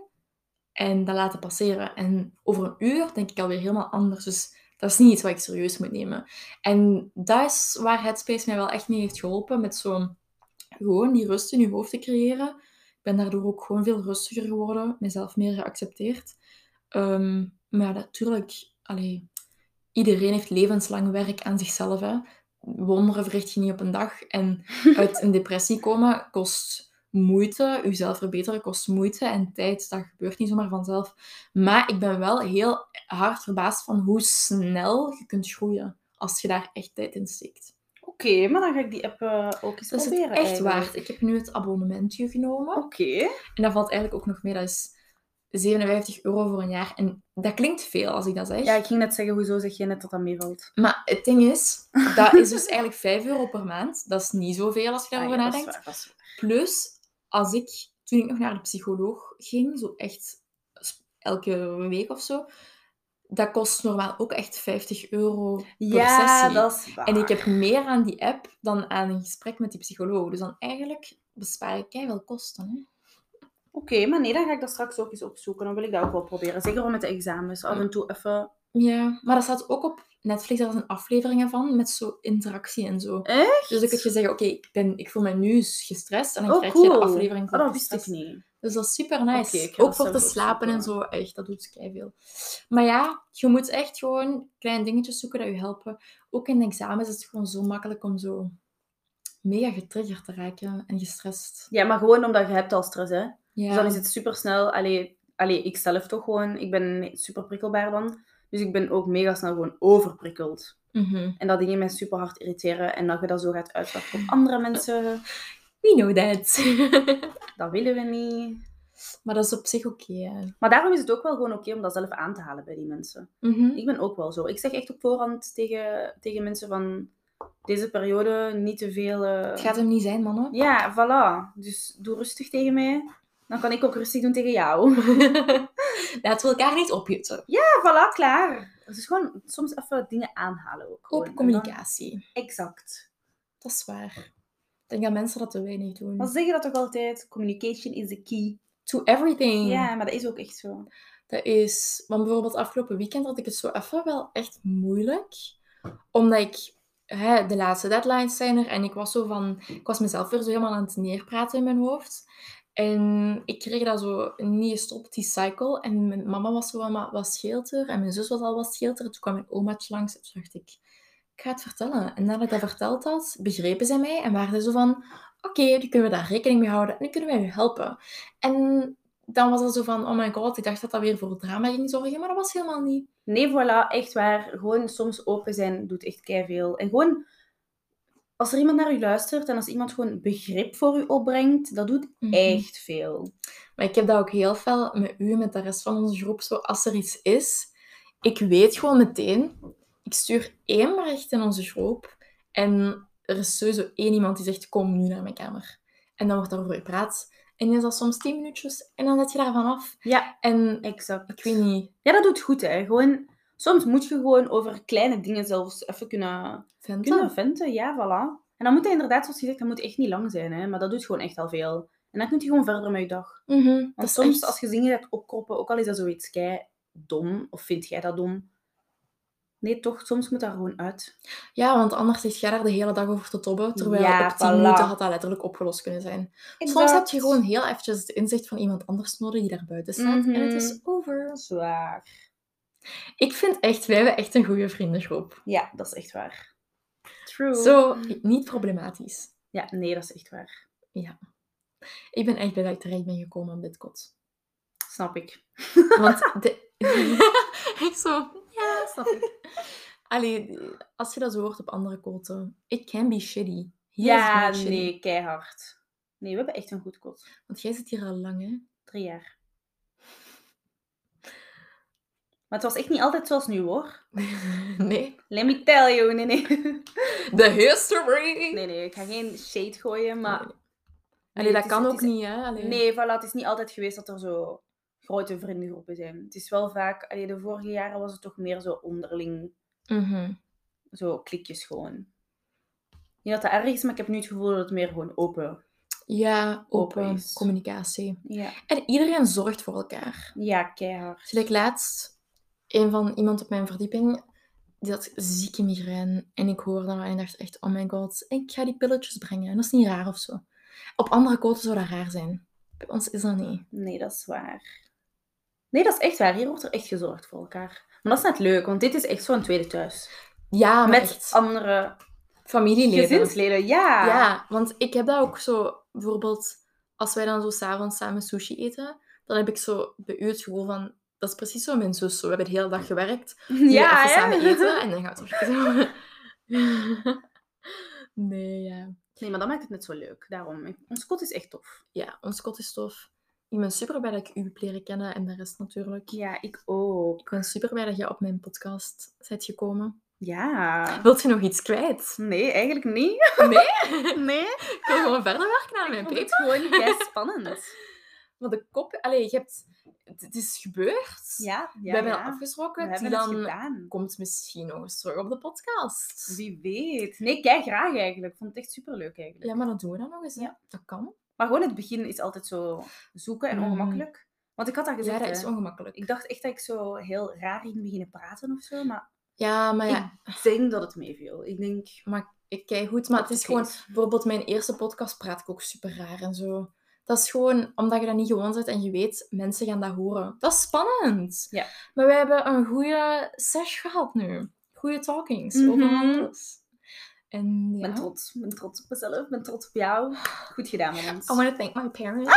en dat laten passeren. En over een uur denk ik alweer helemaal anders. Dus dat is niet iets wat ik serieus moet nemen. En dat is waar Headspace mij wel echt mee heeft geholpen, met zo'n gewoon die rust in je hoofd te creëren. Ik ben daardoor ook gewoon veel rustiger geworden, mezelf meer geaccepteerd. Ehm, maar ja, natuurlijk, allee, iedereen heeft levenslang werk aan zichzelf. Hè. wonderen verricht je niet op een dag. En uit een depressie komen kost moeite. Jezelf verbeteren kost moeite en tijd. Dat gebeurt niet zomaar vanzelf. Maar ik ben wel heel hard verbaasd van hoe snel je kunt groeien als je daar echt tijd in steekt.
Oké, okay, maar dan ga ik die app uh, ook eens
dat
proberen.
Dat is het echt
eigenlijk.
waard. Ik heb nu het abonnementje genomen.
Oké. Okay.
En dat valt eigenlijk ook nog mee. Dat is zevenenvijftig euro voor een jaar. En dat klinkt veel als ik dat zeg.
Ja, ik ging net zeggen, hoezo zeg je net dat dat meevalt?
Maar het ding is, dat is dus eigenlijk vijf euro per maand. Dat is niet zoveel als je daarover ah, ja, nadenkt.
Dat is waar, dat is waar.
Plus, als ik, toen ik nog naar de psycholoog ging, zo echt elke week of zo, dat kost normaal ook echt vijftig euro per
ja,
sessie.
Ja, dat is waar.
En ik heb meer aan die app dan aan een gesprek met die psycholoog. Dus dan eigenlijk bespaar ik keiveel kosten, hè.
Oké, okay, maar nee, dan ga ik dat straks ook eens opzoeken. Dan wil ik dat ook wel proberen. Zeker om met de examens. Af en toe even...
Ja, maar dat staat ook op Netflix. Daar zijn afleveringen van met zo interactie en zo.
Echt?
Dus dan kun je zeggen, oké, okay, ik, ik voel me nu gestrest. En dan
oh,
krijg
cool.
je de aflevering van
oh, dat wist ik niet.
Dus dat is super nice.
Okay,
ook voor te slapen en zo. Echt, dat doet keiveel. Maar ja, je moet echt gewoon kleine dingetjes zoeken dat je helpen. Ook in examens is het gewoon zo makkelijk om zo mega getriggerd te raken en gestrest.
Ja, maar gewoon omdat je hebt al stress, hè.
Ja.
Dus dan is het super snel. Allee, allee, ik zelf toch gewoon. Ik ben super prikkelbaar dan. Dus ik ben ook mega snel gewoon overprikkeld.
Mm-hmm.
En dat dingen mij super hard irriteren. En dat je dat zo gaat uitlachen op andere mensen.
We know that.
Dat willen we niet.
Maar dat is op zich oké. Okay,
maar daarom is het ook wel gewoon oké okay om dat zelf aan te halen bij die mensen.
Mm-hmm.
Ik ben ook wel zo. Ik zeg echt op voorhand tegen, tegen mensen van... Deze periode niet te veel... Uh...
Het gaat hem niet zijn, mannen.
Ja, voilà. Dus doe rustig tegen mij. Dan kan ik ook rustig doen tegen jou.
Laten we elkaar niet opjutten.
Ja, voilà, klaar. Dus gewoon soms even dingen aanhalen ook.
Open communicatie.
Dan... Exact.
Dat is waar. Ik denk dat mensen dat te weinig doen.
Maar ze zeggen dat toch altijd? Communication is the key.
To everything.
Ja, maar dat is ook echt zo.
Dat is... Want bijvoorbeeld afgelopen weekend had ik het zo even wel echt moeilijk. Omdat ik... Hè, de laatste deadlines zijn er. En ik was zo van... Ik was mezelf weer zo helemaal aan het neerpraten in mijn hoofd. En ik kreeg dat zo niet gestopt, die cycle. En mijn mama was zo van, wat scheelt er? En mijn zus was al wat scheelt er. En toen kwam mijn omaatje langs. En toen dacht ik, ik ga het vertellen. En nadat ik dat verteld had, begrepen zij mij. En waren ze zo van, oké, okay, nu kunnen we daar rekening mee houden. Nu kunnen wij u helpen. En dan was het zo van, oh my god, ik dacht dat dat weer voor drama ging zorgen. Maar dat was helemaal niet.
Nee, voilà, echt waar. Gewoon soms open zijn doet echt keiveel. En gewoon... Als er iemand naar u luistert en als iemand gewoon begrip voor u opbrengt, dat doet mm-hmm. echt veel.
Maar ik heb dat ook heel veel met u en met de rest van onze groep. Zo, als er iets is, ik weet gewoon meteen, ik stuur één bericht in onze groep en er is sowieso één iemand die zegt, kom nu naar mijn kamer. En dan wordt daarover gepraat. En is dat soms tien minuutjes en dan zet je daarvan af.
Ja,
en
exact.
Ik weet niet.
Ja, dat doet goed, hè. Gewoon... Soms moet je gewoon over kleine dingen zelfs even kunnen
venten.
Kunnen venten. Ja, voilà. En dan moet hij inderdaad, zoals je zegt, dat moet echt niet lang zijn. Hè? Maar dat doet gewoon echt al veel. En dan kun je gewoon verder met je dag.
Mm-hmm,
Want soms, echt... als je dingen gaat opkroppen, ook al is dat zoiets kei dom, of vind jij dat dom? Nee, toch, soms moet dat gewoon uit.
Ja, want anders zit jij daar de hele dag over te tobben, terwijl
ja,
op tien
voilà.
minuten had dat letterlijk opgelost kunnen zijn. Exact. Soms heb je gewoon heel eventjes het inzicht van iemand anders nodig die daar buiten staat. Mm-hmm. En het is over.
Zwaar.
Ik vind echt, wij hebben echt een goede vriendengroep.
Ja, dat is echt waar. True.
Zo, niet problematisch.
Ja, nee, dat is echt waar.
Ja. Ik ben echt blij dat ik terecht ben gekomen op dit kot.
Snap ik.
Want de... ik zo, ja, snap ik. Allee, als je dat zo hoort op andere koten, it can be shitty.
Hier ja, nee, shitty. Keihard. Nee, we hebben echt een goed kot.
Want jij zit hier al lang, hè?
Drie jaar. Maar het was echt niet altijd zoals nu, hoor.
Nee.
Let me tell you, nee, nee.
The history!
Nee, nee, ik ga geen shade gooien, maar... Nee,
nee. Allee, dat is, kan ook is... niet, hè? Allee.
Nee, voilà, het is niet altijd geweest dat er zo grote vriendengroepen zijn. Het is wel vaak... Allee, de vorige jaren was het toch meer zo onderling.
Mm-hmm.
Zo klikjes gewoon. Niet dat dat erg is, maar ik heb nu het gevoel dat het meer gewoon open...
Ja, open, open communicatie.
Ja.
En iedereen zorgt voor elkaar.
Ja, keihard.
Zoals laatst... Een van iemand op mijn verdieping, die had zieke migraine. En ik hoorde dat en dacht echt, oh my god, ik ga die pilletjes brengen. En dat is niet raar of zo. Op andere koten zou dat raar zijn. Bij ons is dat niet.
Nee, dat is waar. Nee, dat is echt waar. Hier wordt er echt gezorgd voor elkaar. Maar dat is net leuk, want dit is echt zo'n tweede thuis.
Ja, maar
Met
echt.
andere
familieleden.
Gezinsleden, ja.
Ja, want ik heb dat ook zo... Bijvoorbeeld, als wij dan zo s'avonds samen sushi eten, dan heb ik zo bij u het gevoel van... Dat is precies zo mijn zus. Zo. We hebben de hele dag gewerkt. Nu
Ja,
even
hè?
samen eten en dan gaan we terug eten. Nee, ja.
Nee, maar dat maakt het net zo leuk. Daarom. Ik- Ons kot is echt tof.
Ja, ons kot is tof. Ik ben super blij dat ik u heb leren kennen en de rest natuurlijk.
Ja, ik ook.
Ik ben super blij dat je op mijn podcast bent gekomen.
Ja.
Wilt je nog iets kwijt?
Nee, eigenlijk niet.
Nee?
Nee.
Ik wil gewoon verder werken aan mijn
Ik vond het
peet.
gewoon kei spannend.
Maar de kop... Allee, je hebt... Het het is gebeurd.
Ja, ja,
We hebben
ja.
het afgesproken.
We hebben het
Dylan
gedaan.
komt misschien nog eens terug op de podcast.
Wie weet. Nee, kei graag eigenlijk. Ik vond het echt superleuk eigenlijk.
Ja, maar dat doen we dan nog eens. Hè?
Ja.
Dat kan.
Maar gewoon het begin is altijd zo zoeken en
Mm.
ongemakkelijk. Want ik had dat gezegd,
Ja, dat
hè.
is ongemakkelijk.
Ik dacht echt dat ik zo heel raar ging beginnen praten of zo. Maar
Ja, maar ja...
ik denk dat het meeviel. Ik denk...
Maar ik kijk goed, maar het is
Oké.
gewoon... Bijvoorbeeld mijn eerste podcast praat ik ook super raar en zo. Dat is gewoon omdat je dat niet gewoon bent en je weet, mensen gaan dat horen. Dat is spannend.
Ja.
Maar wij hebben een goede sesh gehad nu. Goede talkings
Mhm.
over alles. En
Ik
ja...
ben trots. Ik ben trots op mezelf. Ik ben trots op jou. Goed gedaan met ons.
I want to thank my parents.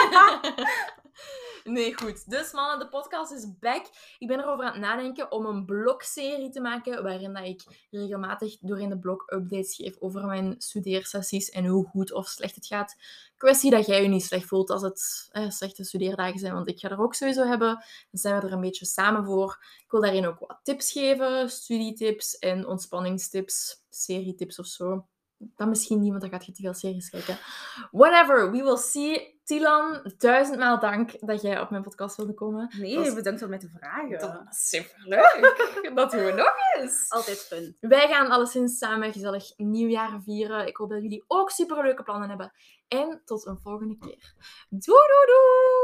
Nee, goed. Dus mannen, de podcast is back. Ik ben erover aan het nadenken om een blogserie te maken waarin dat ik regelmatig doorheen de blog updates geef over mijn studeersessies en hoe goed of slecht het gaat. Kwestie dat jij je niet slecht voelt als het eh, slechte studeerdagen zijn, want ik ga er ook sowieso hebben. Dan zijn we er een beetje samen voor. Ik wil daarin ook wat tips geven, studietips en ontspanningstips, serietips of zo. Dat misschien niet, want dan gaat je te veel series kijken. Whatever, we will see. Dylan, duizendmaal dank dat jij op mijn podcast wilde komen.
Nee,
Dat is-
bedankt om mij te vragen.
Dat is superleuk. Dat doen we nog eens.
Altijd fun.
Wij gaan alleszins samen gezellig nieuwjaar vieren. Ik hoop dat jullie ook superleuke plannen hebben. En tot een volgende keer. Doei doei doei!